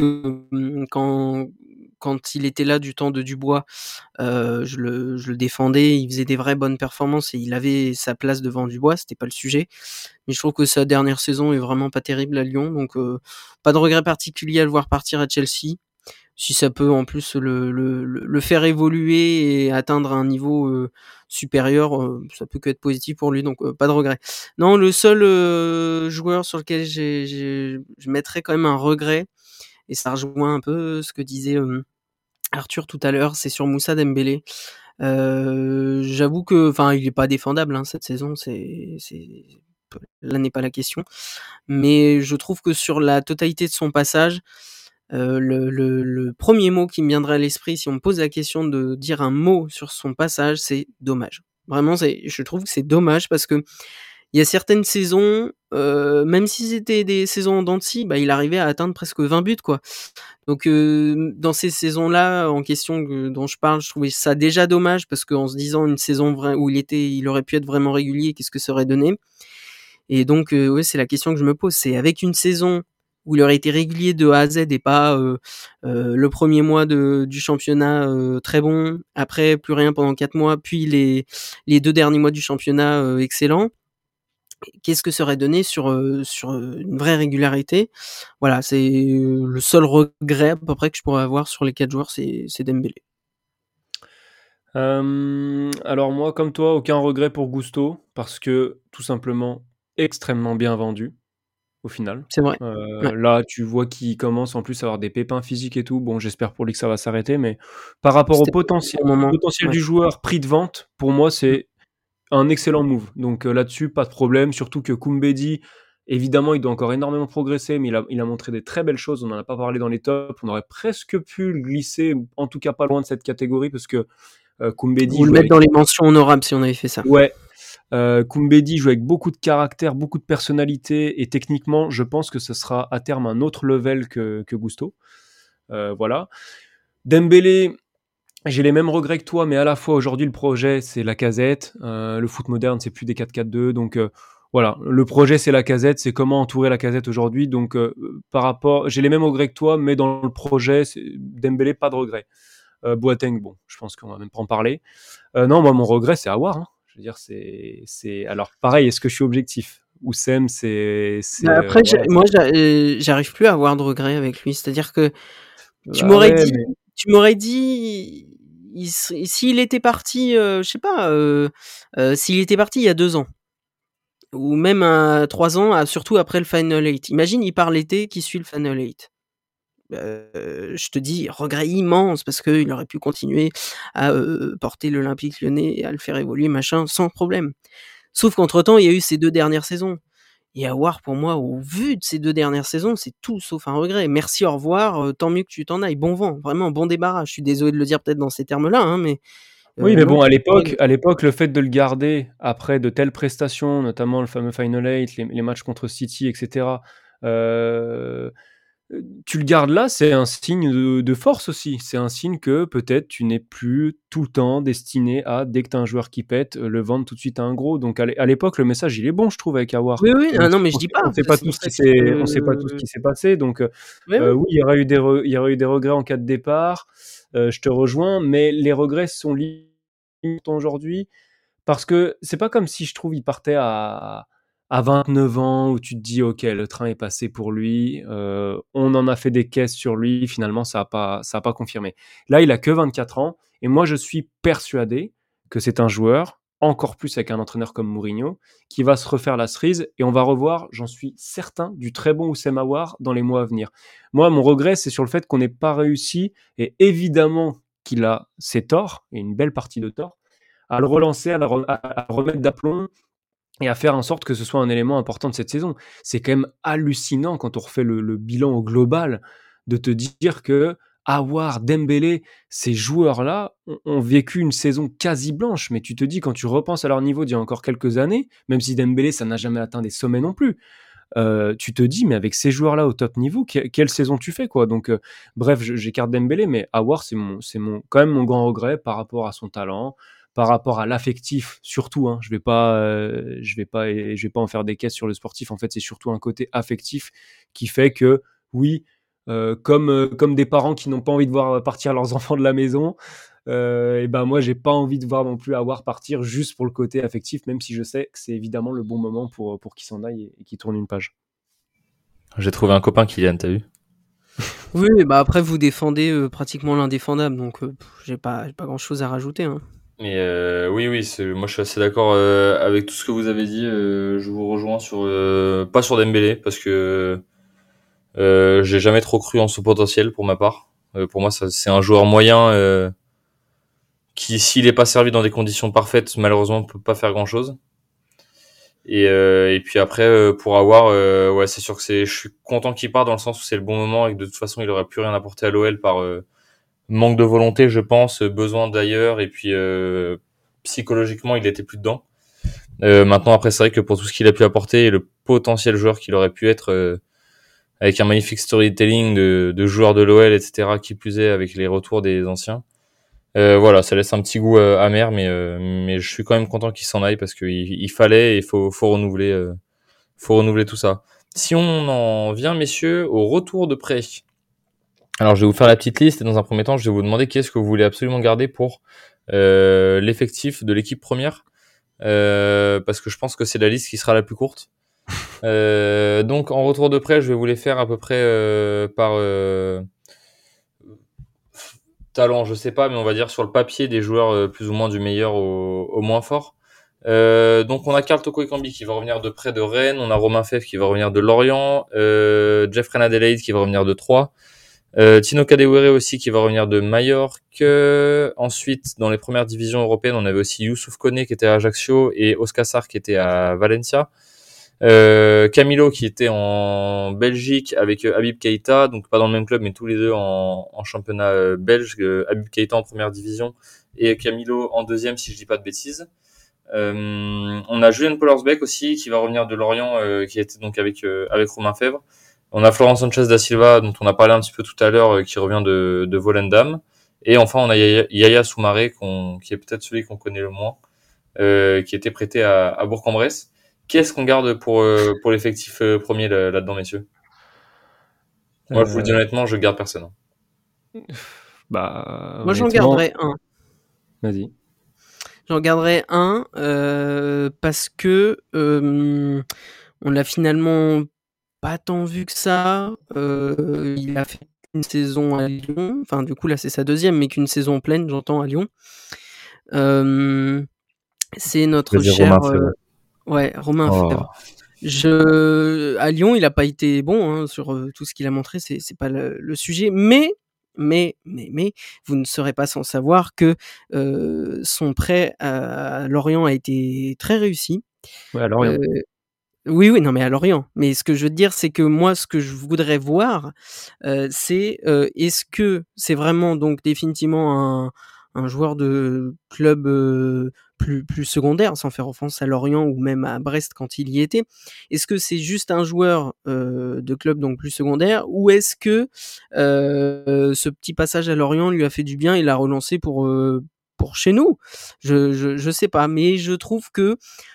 quand il était là du temps de Dubois, je le défendais, il faisait des vraies bonnes performances et il avait sa place devant Dubois, c'était pas le sujet. Mais je trouve que sa dernière saison est vraiment pas terrible à Lyon, donc pas de regret particulier à le voir partir à Chelsea. Si ça peut en plus le faire évoluer et atteindre un niveau supérieur, ça peut que être positif pour lui, donc pas de regret. Non, le seul joueur sur lequel je mettrais quand même un regret, et ça rejoint un peu ce que disait Arthur tout à l'heure, c'est sur Moussa Dembélé. J'avoue que, enfin, il est pas défendable cette saison, là n'est pas la question, mais je trouve que sur la totalité de son passage, le premier mot qui me viendrait à l'esprit si on me pose la question de dire un mot sur son passage, c'est dommage. Vraiment, je trouve que c'est dommage parce que il y a certaines saisons, même si c'était des saisons en dents de scie, il arrivait à atteindre presque 20 buts, quoi. Donc dans ces saisons-là en question dont je parle, je trouvais ça déjà dommage parce qu'en se disant une saison où il aurait pu être vraiment régulier, qu'est-ce que ça aurait donné? Et donc ouais, c'est la question que je me pose, c'est avec une saison où il aurait été régulier de A à Z et pas le premier mois du championnat très bon, après plus rien pendant 4 mois, puis les 2 derniers mois du championnat excellent. Qu'est-ce que ça aurait donné sur une vraie régularité? Voilà, c'est le seul regret à peu près que je pourrais avoir sur les 4 joueurs, c'est Dembélé. Alors moi, comme toi, aucun regret pour Gusto, parce que tout simplement extrêmement bien vendu au final. C'est vrai. Là, tu vois qu'il commence en plus à avoir des pépins physiques et tout. Bon, j'espère pour lui que ça va s'arrêter, mais par rapport au potentiel du joueur, prix de vente, pour moi, c'est un excellent move. Donc là-dessus, pas de problème. Surtout que Koumbedi, évidemment, il doit encore énormément progresser, mais il a montré des très belles choses. On n'en a pas parlé dans les tops. On aurait presque pu le glisser, en tout cas pas loin de cette catégorie, parce que Koumbedi Ou le mettre dans les mentions honorables si on avait fait ça. Ouais. Koumbedi joue avec beaucoup de caractère, beaucoup de personnalité, et techniquement, je pense que ce sera à terme un autre level que Gusto. Voilà. Dembélé, j'ai les mêmes regrets que toi, mais à la fois aujourd'hui le projet c'est Lacazette, le foot moderne c'est plus des 4-4-2, donc voilà, le projet c'est Lacazette, c'est comment entourer Lacazette aujourd'hui, donc par rapport, j'ai les mêmes regrets que toi, mais dans le projet, Dembélé pas de regrets. Boateng, bon, je pense qu'on va même pas en parler. Non, moi mon regret c'est Aouar, hein. Je veux dire, c'est alors pareil, est-ce que je suis objectif? Oussem, Après, voilà, moi, j'arrive plus à avoir de regrets avec lui. C'est-à-dire que tu bah m'aurais ouais, dit, mais s'il était parti, je sais pas, s'il était parti il y a 2 ans, ou même à 3 ans, surtout après le Final 8. Imagine, il part l'été qui suit le Final 8. Je te dis, regret immense parce qu'il aurait pu continuer à porter l'Olympique Lyonnais et à le faire évoluer, machin, sans problème. Sauf qu'entre-temps, il y a eu ces 2 dernières saisons. Et Aouar, pour moi, au vu de ces 2 dernières saisons, c'est tout sauf un regret. Merci, au revoir, tant mieux que tu t'en ailles. Bon vent, vraiment bon débarras. Je suis désolé de le dire peut-être dans ces termes-là, hein, mais oui, mais non, bon, à regret. l'époque, le fait de le garder après de telles prestations, notamment le fameux Final 8, les matchs contre City, etc., euh, tu le gardes là, c'est un signe de force aussi. C'est un signe que peut-être tu n'es plus tout le temps destiné à, dès que tu as un joueur qui pète, le vendre tout de suite à un gros. Donc à l'époque, le message, il est bon, je trouve, avec Aouar. Oui, oui, Même non, si mais je dis pas. on sait pas tout ce qui s'est, on sait pas tout ce qui s'est passé. Donc Oui, oui. oui, il y aurait eu il y aurait eu des regrets en cas de départ. Je te rejoins, mais les regrets sont limités aujourd'hui parce que c'est pas comme si je trouve il partait à 29 ans où tu te dis ok, le train est passé pour lui, on en a fait des caisses sur lui, finalement ça a pas confirmé. Là il a que 24 ans et moi je suis persuadé que c'est un joueur, encore plus avec un entraîneur comme Mourinho, qui va se refaire la cerise et on va revoir, j'en suis certain, du très bon Houssem Aouar dans les mois à venir. Moi mon regret c'est sur le fait qu'on n'ait pas réussi, et évidemment qu'il a ses torts, et une belle partie de torts, à le relancer, à le remettre d'aplomb et à faire en sorte que ce soit un élément important de cette saison. C'est quand même hallucinant quand on refait le bilan au global de te dire que Aouar, Dembélé, ces joueurs-là ont vécu une saison quasi blanche. Mais tu te dis, quand tu repenses à leur niveau d'il y a encore quelques années, même si Dembélé, ça n'a jamais atteint des sommets non plus, tu te dis, mais avec ces joueurs-là au top niveau, quelle saison tu fais, quoi. Donc, bref, j'écarte Dembélé, mais Aouar, quand même mon grand regret par rapport à son talent, par rapport à l'affectif, surtout. Hein, je vais pas en faire des caisses sur le sportif. En fait, c'est surtout un côté affectif qui fait que, oui, comme des parents qui n'ont pas envie de voir partir leurs enfants de la maison, et ben moi j'ai pas envie de voir non plus Aouar partir juste pour le côté affectif, même si je sais que c'est évidemment le bon moment pour qu'il s'en aille et qu'il tourne une page. J'ai trouvé un copain, Kylian, t'as vu? Oui, bah après vous défendez pratiquement l'indéfendable, donc j'ai pas grand-chose à rajouter, hein. Mais oui, moi je suis assez d'accord avec tout ce que vous avez dit. Je vous rejoins sur pas sur Dembélé parce que j'ai jamais trop cru en ce potentiel pour ma part. Pour moi, c'est un joueur moyen qui, s'il est pas servi dans des conditions parfaites, malheureusement, peut pas faire grand chose. Et puis après, pour avoir, ouais, c'est sûr que je suis content qu'il parte dans le sens où c'est le bon moment et que de toute façon, il aurait plus rien apporté à l'OL par manque de volonté, je pense, besoin d'ailleurs, et puis psychologiquement, il était plus dedans. Maintenant, après, c'est vrai que pour tout ce qu'il a pu apporter et le potentiel joueur qu'il aurait pu être, avec un magnifique storytelling de joueurs de l'OL, etc., qui plus est, avec les retours des anciens. Voilà, ça laisse un petit goût amer, mais je suis quand même content qu'il s'en aille parce qu'il fallait et faut renouveler tout ça. Si on en vient, messieurs, au retour de prêt. Alors, je vais vous faire la petite liste et dans un premier temps, je vais vous demander qui est-ce que vous voulez absolument garder pour l'effectif de l'équipe première, parce que je pense que c'est la liste qui sera la plus courte. Donc, en retour de prêt, je vais vous les faire à peu près par talent, je sais pas, mais on va dire sur le papier des joueurs plus ou moins du meilleur au moins fort. Donc on a Karl Toko Ekambi qui va revenir de près de Rennes, on a Romain Fèvre qui va revenir de Lorient, Jeffrey Adelaide qui va revenir de Troyes, Tino Kadewere aussi qui va revenir de Majorque. Ensuite, dans les premières divisions européennes, on avait aussi Youssouf Koné qui était à Ajaccio et Oscar Sarr qui était à Valencia. Camilo qui était en Belgique avec Habib Keita, donc pas dans le même club mais tous les deux en championnat belge. Habib Keita en première division et Camilo en deuxième si je dis pas de bêtises. On a Julien Pollersbeck aussi qui va revenir de Lorient, qui était donc avec Romain Fèvre. On a Florent Sanchez da Silva dont on a parlé un petit peu tout à l'heure, qui revient de Volendam. Et enfin on a Yaya Soumaré qui est peut-être celui qu'on connaît le moins, qui était prêté à Bourg-en-Bresse. Qu'est-ce qu'on garde pour l'effectif premier là-dedans, messieurs? Moi, je vous le dis honnêtement, je garde personne. Bah, Moi, j'en honnêtement, garderais un. vas-y. J'en garderais un parce que on l'a finalement pas tant vu que ça. Il a fait une saison à Lyon. Enfin, du coup, là, c'est sa deuxième, mais qu'une saison pleine, j'entends, à Lyon. C'est notre Vas-y, cher Romain Fèvre. Romain Oh. Fèvre. À Lyon, il a pas été bon hein, sur tout ce qu'il a montré. C'est pas le sujet, mais vous ne serez pas sans savoir que son prêt à Lorient a été très réussi. Ouais, à Lorient. Oui, non, mais à Lorient. Mais ce que je veux dire, c'est que moi, ce que je voudrais voir, c'est est-ce que c'est vraiment donc définitivement un joueur de club plus secondaire, sans faire offense à Lorient ou même à Brest quand il y était. Est-ce que c'est juste un joueur de club donc plus secondaire, ou est-ce que ce petit passage à Lorient lui a fait du bien et l'a relancé pour chez nous? Je sais pas, mais je trouve que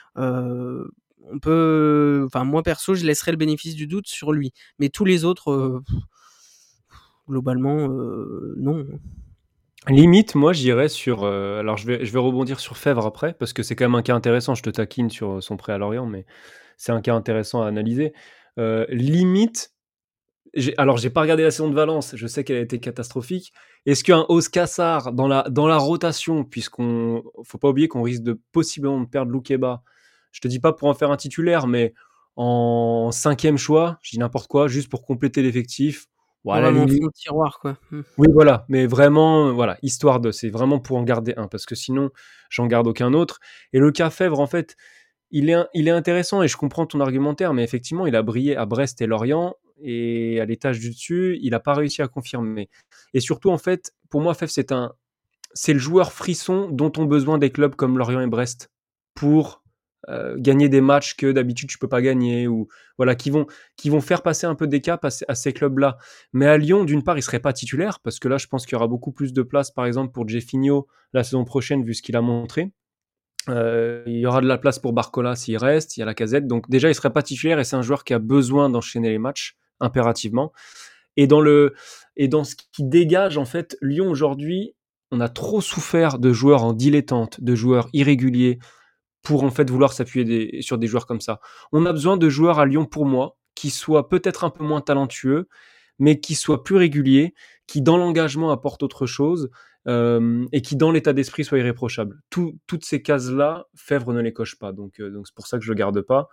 on peut, enfin moi perso, je laisserais le bénéfice du doute sur lui, mais tous les autres, globalement, non. Limite, moi, j'irais sur. Alors, je vais rebondir sur Fèvre après, parce que c'est quand même un cas intéressant. Je te taquine sur son prêt à Lorient, mais c'est un cas intéressant à analyser. Limite, alors, j'ai pas regardé la saison de Valence, je sais qu'elle a été catastrophique. Est-ce qu'un Oscar Sarr dans la rotation, puisqu'on faut pas oublier qu'on risque de possiblement de perdre Loukeba, je te dis pas pour en faire un titulaire, mais en 5e choix, je dis n'importe quoi, juste pour compléter l'effectif. Voilà, Vraiment limite. fond de tiroir, quoi. Oui, voilà, mais vraiment, voilà, histoire de, c'est vraiment pour en garder un, parce que sinon, j'en garde aucun autre. Et le cas Fèvre, en fait, il est intéressant et je comprends ton argumentaire, mais effectivement, il a brillé à Brest et Lorient, et à l'étage du dessus, il n'a pas réussi à confirmer. Et surtout, en fait, pour moi, Fèvre, c'est le joueur frisson dont ont besoin des clubs comme Lorient et Brest pour gagner des matchs que d'habitude tu peux pas gagner, ou voilà, qui vont faire passer un peu des caps à ces clubs-là. Mais à Lyon, d'une part, il serait pas titulaire parce que là, je pense qu'il y aura beaucoup plus de place, par exemple pour Jeffinho la saison prochaine vu ce qu'il a montré. Il y aura de la place pour Barcola s'il reste, il y a Lacazette, donc déjà il serait pas titulaire et c'est un joueur qui a besoin d'enchaîner les matchs impérativement. Et dans ce qui dégage en fait Lyon aujourd'hui, on a trop souffert de joueurs en dilettante, de joueurs irréguliers, pour en fait vouloir s'appuyer sur des joueurs comme ça. On a besoin de joueurs à Lyon, pour moi, qui soient peut-être un peu moins talentueux, mais qui soient plus réguliers, qui dans l'engagement apportent autre chose, et qui dans l'état d'esprit soient irréprochables. Toutes ces cases-là, Fèvre ne les coche pas, donc c'est pour ça que je le garde pas.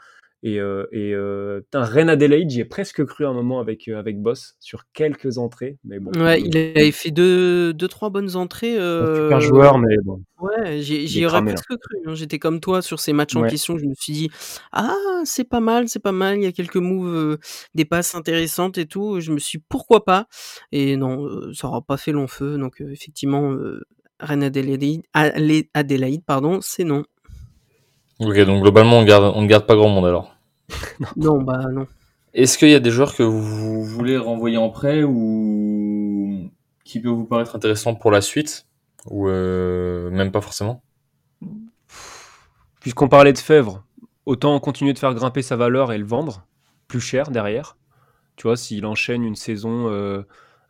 Rennes Adelaide, j'y ai presque cru à un moment avec Boss sur quelques entrées, mais bon. Ouais, il avait fait deux, trois bonnes entrées. Un super joueur, mais bon. Ouais, Il j'y est aurais cramé, là. presque cru. Hein. J'étais comme toi sur ces matchs en Ouais. question. Je me suis dit, ah, c'est pas mal, c'est pas mal. Il y a quelques moves, des passes intéressantes et tout. Je me suis dit, pourquoi pas? Et non, ça aura pas fait long feu. Donc, effectivement, Rennes Adélaïde, pardon, c'est non. Ok, donc globalement, on ne garde pas grand monde alors. Non, bah non. Est-ce qu'il y a des joueurs que vous voulez renvoyer en prêt ou qui peut vous paraître intéressant pour la suite, ou même pas forcément? Puisqu'on parlait de Fèvre, autant continuer de faire grimper sa valeur et le vendre plus cher derrière. Tu vois, s'il enchaîne une saison,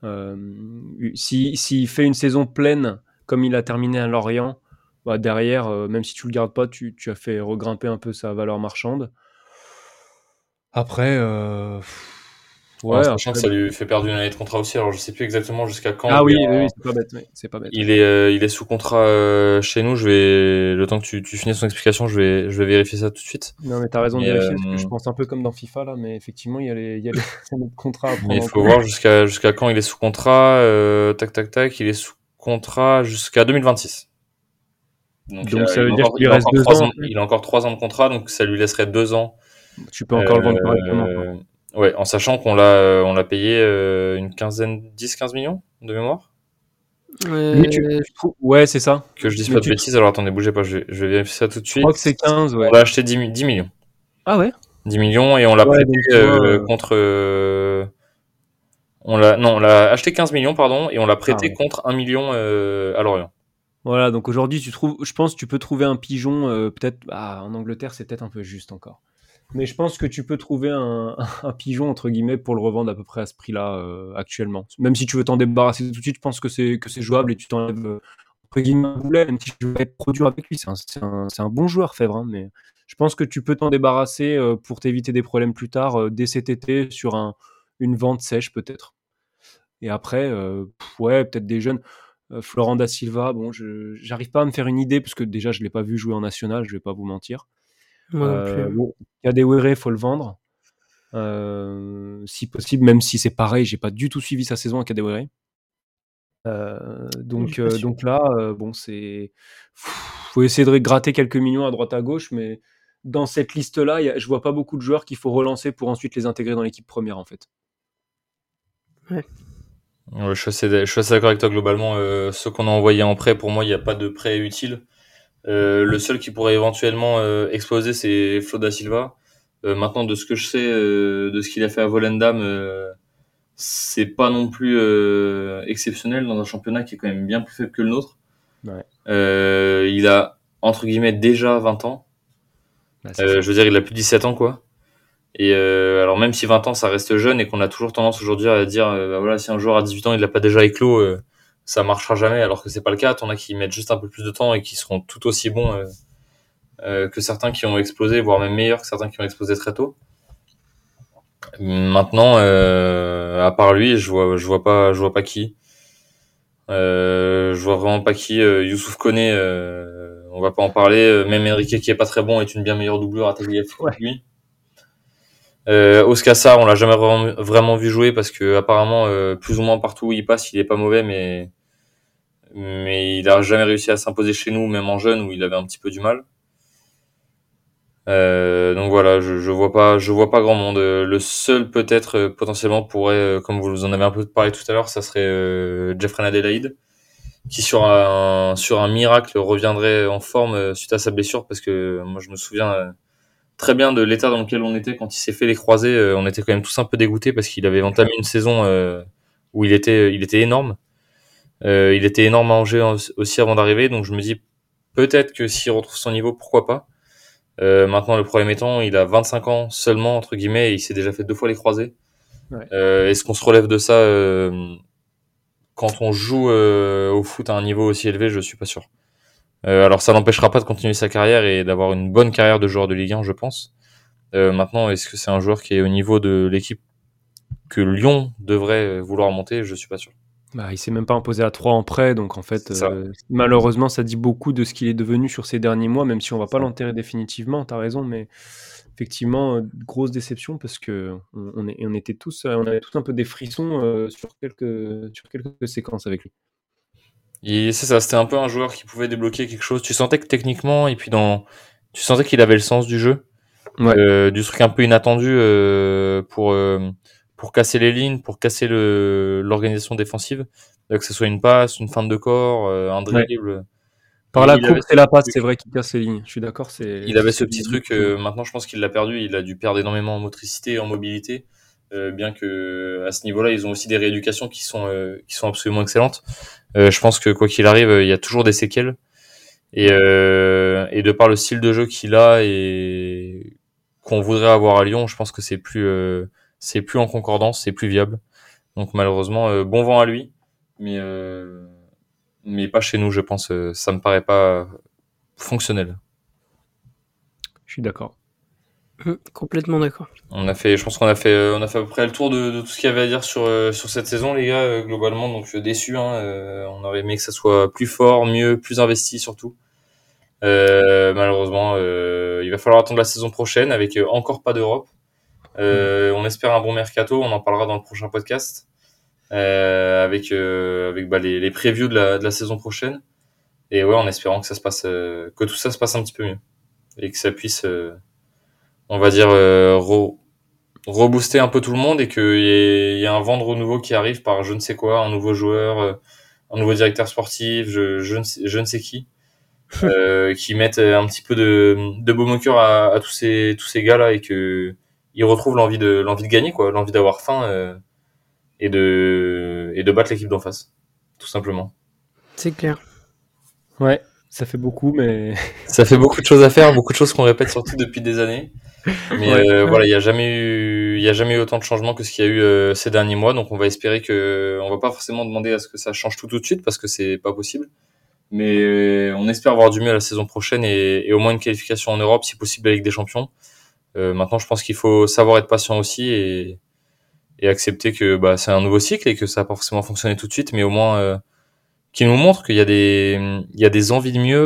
s'il fait une saison pleine comme il a terminé à Lorient, bah derrière, même si tu le gardes pas, tu as fait regrimper un peu sa valeur marchande. Après, En Ouais, sachant que après. ça lui fait perdre une année de contrat aussi. Alors je sais plus exactement jusqu'à quand Ah oui, oui, c'est pas bête. Oui, c'est pas bête. il est sous contrat chez nous. Le temps que tu finisses ton explication, je vais vérifier ça tout de suite. Non, mais t'as raison de Mais vérifier parce que je pense un peu comme dans FIFA là, mais effectivement, il y a les années de contrat à mais prendre il en faut compte. voir jusqu'à quand il est sous contrat. Tac tac tac, il est sous contrat jusqu'à 2026. Donc Donc ça veut dire qu'il lui reste 2 ans. il a encore 3 ans de contrat, donc ça lui laisserait 2 ans. Tu peux encore le vendre correctement, quoi. Ouais, en sachant on l'a payé une quinzaine, 10-15 millions de mémoire. Lui, tu trouves. Ouais, c'est ça. Que je dise Mais pas de bêtises, alors attendez, bougez pas, je vais vérifier ça tout de je crois suite. que c'est 15, On ouais. l'a acheté 10 millions. Ah ouais? 10 millions et on l'a Ouais, prêté donc tu vois. contre. On l'a acheté 15 millions, pardon, et on l'a Ah prêté ouais. contre 1 million à Lorient. Voilà, donc aujourd'hui, je pense que tu peux trouver un pigeon, peut-être, en Angleterre, c'est peut-être un peu juste encore. Mais je pense que tu peux trouver un pigeon, entre guillemets, pour le revendre à peu près à ce prix-là, actuellement. Même si tu veux t'en débarrasser tout de suite, je pense que c'est jouable et tu t'enlèves, entre guillemets, un boulet, même si je veux être trop dur avec lui. C'est un bon joueur, Fèvre, hein, mais je pense que tu peux t'en débarrasser, pour t'éviter des problèmes plus tard, dès cet été, sur une vente sèche, peut-être. Et après, ouais, peut-être des jeunes. Florent da Silva, bon, j'arrive pas à me faire une idée parce que déjà je l'ai pas vu jouer en national, je vais pas vous mentir. Moi non plus. Bon, Kadewere, faut le vendre, si possible, même si c'est pareil, j'ai pas du tout suivi sa saison à Kadewere. Je suis pas sûr. Donc là, bon, faut essayer de gratter quelques millions à droite à gauche, mais dans cette liste-là, je vois pas beaucoup de joueurs qu'il faut relancer pour ensuite les intégrer dans l'équipe première, en fait. Ouais, je suis assez d'accord avec toi globalement. Ceux qu'on a envoyés en prêt, pour moi, il n'y a pas de prêt utile. Le seul qui pourrait éventuellement exploser, c'est Flo da Silva. Maintenant, de ce que je sais, de ce qu'il a fait à Volendam, c'est pas non plus exceptionnel dans un championnat qui est quand même bien plus faible que le nôtre. Ouais. Il a entre guillemets déjà 20 ans. Je veux dire, il a plus de 17 ans, quoi. Et alors même si 20 ans ça reste jeune et qu'on a toujours tendance aujourd'hui à dire bah voilà, si un joueur a 18 ans il l'a pas déjà éclos, ça marchera jamais, alors que c'est pas le cas. T'en as qui mettent juste un peu plus de temps et qui seront tout aussi bons que certains qui ont explosé, voire même meilleurs que certains qui ont explosé très tôt. Maintenant, à part lui, je vois pas qui. Je vois vraiment pas qui. Youssouf Koné, on va pas en parler. Même Enrique qui est pas très bon est une bien meilleure doublure à TGF que lui. Oscar Sarr, on l'a jamais vraiment vu jouer parce que apparemment, plus ou moins partout où il passe, il est pas mauvais, mais il a jamais réussi à s'imposer chez nous, même en jeune où il avait un petit peu du mal. Donc voilà, je vois pas grand monde. Le seul peut-être potentiellement pourrait, comme vous en avez un peu parlé tout à l'heure, ça serait Jeffrey Adelaide, qui sur un miracle reviendrait en forme suite à sa blessure, parce que moi je me souviens très bien de l'état dans lequel on était quand il s'est fait les croisés. On était quand même tous un peu dégoûtés parce qu'il avait entamé une saison où il était énorme. Il était énorme à Angers aussi avant d'arriver, donc je me dis peut-être que s'il retrouve son niveau, pourquoi pas. Maintenant, le problème étant, il a 25 ans seulement, entre guillemets, et il s'est déjà fait 2 fois les croisés. Ouais. Est-ce qu'on se relève de ça quand on joue au foot à un niveau aussi élevé? Je suis pas sûr. Alors ça n'empêchera pas de continuer sa carrière et d'avoir une bonne carrière de joueur de Ligue 1, je pense. Maintenant, est-ce que c'est un joueur qui est au niveau de l'équipe que Lyon devrait vouloir monter? Je suis pas sûr. Il s'est même pas imposé à 3 en prêt, donc en fait, C'est ça. malheureusement, ça dit beaucoup de ce qu'il est devenu sur ces derniers mois, même si on va pas Ça. l'enterrer définitivement, tu as raison, mais effectivement, grosse déception parce que on était tous, on avait tous un peu des frissons, sur quelques séquences avec lui. C'est ça, c'était un peu un joueur qui pouvait débloquer quelque chose. Tu sentais que techniquement, et puis tu sentais qu'il avait le sens du jeu. Ouais. Du truc un peu inattendu pour casser les lignes, pour casser l'organisation défensive. Que ce soit une passe, une feinte de corps, un Ouais. dribble. Par la Il avait course ce et la petit passe, truc. c'est vrai qu'il casse les lignes. Je suis d'accord, Il avait ce c'est petit truc. Maintenant, je pense qu'il l'a perdu. Il a dû perdre énormément en motricité et en mobilité. Bien que à ce niveau-là, ils ont aussi des rééducations qui sont absolument excellentes. Je pense que quoi qu'il arrive, il y a toujours des séquelles. Et de par le style de jeu qu'il a et qu'on voudrait avoir à Lyon, je pense que c'est plus en concordance, c'est plus viable. Donc malheureusement, bon vent à lui, mais mais pas chez nous, je pense. Ça me paraît pas fonctionnel. Je suis d'accord. Complètement d'accord. Je pense qu'on a fait à peu près le tour de tout ce qu'il y avait à dire sur cette saison, les gars, globalement. Donc déçu, hein, on aurait aimé que ça soit plus fort, mieux, plus investi surtout. Malheureusement, il va falloir attendre la saison prochaine avec encore pas d'Europe. On espère un bon mercato, on en parlera dans le prochain podcast avec les previews de la saison prochaine. Et ouais, en espérant que ça se passe, que tout ça se passe un petit peu mieux et que ça puisse, on va dire, rebooster un peu tout le monde et qu'il y ait un vent de renouveau qui arrive par je ne sais quoi, un nouveau joueur, un nouveau directeur sportif, je ne sais qui, qui mettent un petit peu de baume au cœur à tous ces gars-là et que ils retrouvent l'envie de gagner, quoi, l'envie d'avoir faim, et de battre l'équipe d'en face, tout simplement. C'est clair. Ouais, ça fait beaucoup, mais Ça fait beaucoup de choses à faire, beaucoup de choses qu'on répète surtout depuis des années. Mais Ouais. voilà, il y a jamais eu autant de changements que ce qu'il y a eu ces derniers mois. Donc on va espérer on va pas forcément demander à ce que ça change tout de suite parce que c'est pas possible. Mais on espère voir du mieux la saison prochaine et au moins une qualification en Europe, si possible avec des champions. Maintenant, je pense qu'il faut savoir être patient aussi et accepter que c'est un nouveau cycle et que ça va pas forcément fonctionner tout de suite, mais au moins qui nous montre qu'il y a des envies de mieux,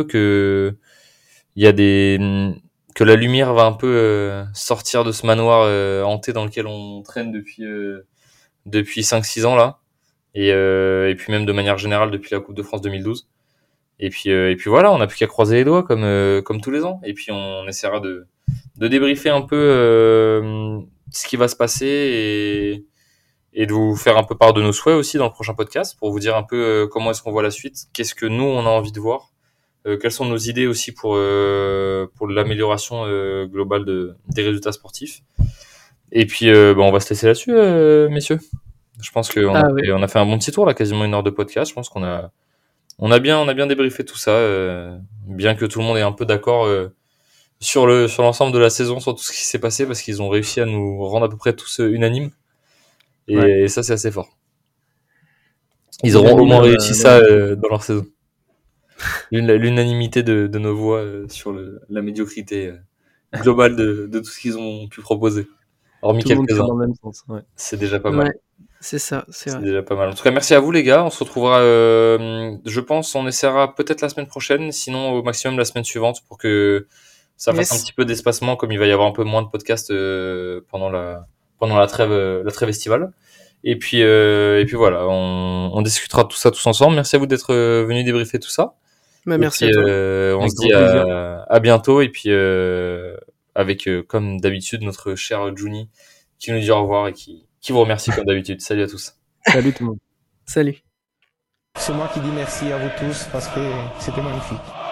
que la lumière va un peu sortir de ce manoir hanté dans lequel on traîne depuis 5-6 ans là, et puis même de manière générale depuis la Coupe de France 2012. Et puis voilà, on n'a plus qu'à croiser les doigts comme tous les ans, et puis on essaiera de débriefer un peu ce qui va se passer et de vous faire un peu part de nos souhaits aussi dans le prochain podcast pour vous dire un peu comment est-ce qu'on voit la suite, qu'est-ce que nous on a envie de voir, quelles sont nos idées aussi pour l'amélioration globale des résultats sportifs. Et puis on va se laisser là-dessus, messieurs. Je pense qu'on on a fait un bon petit tour là, quasiment 1 heure de podcast. Je pense qu'on a bien débriefé tout ça, bien que tout le monde est un peu d'accord sur l'ensemble de la saison, sur tout ce qui s'est passé, parce qu'ils ont réussi à nous rendre à peu près tous unanimes. Et ça, c'est assez fort. Ils auront au moins réussi ça dans leur saison. L'unanimité de nos voix sur la médiocrité globale de tout ce qu'ils ont pu proposer. Hormis tout le monde quelques-uns. dans le même sens. Ouais. C'est déjà pas mal. C'est ça, c'est déjà pas mal. En tout cas, merci à vous les gars. On se retrouvera, je pense, on essaiera peut-être la semaine prochaine, sinon au maximum la semaine suivante pour que ça fasse un petit peu d'espacement, comme il va y avoir un peu moins de podcasts pendant la trêve estivale. Et puis voilà, on discutera de tout ça tous ensemble. Merci à vous d'être venus débriefer tout ça. Merci à toi. On se dit à bientôt. Et puis avec comme d'habitude notre cher Juni qui nous dit au revoir et qui vous remercie comme d'habitude. Salut à tous. Salut tout le monde. Salut. C'est moi qui dis merci à vous tous parce que c'était magnifique.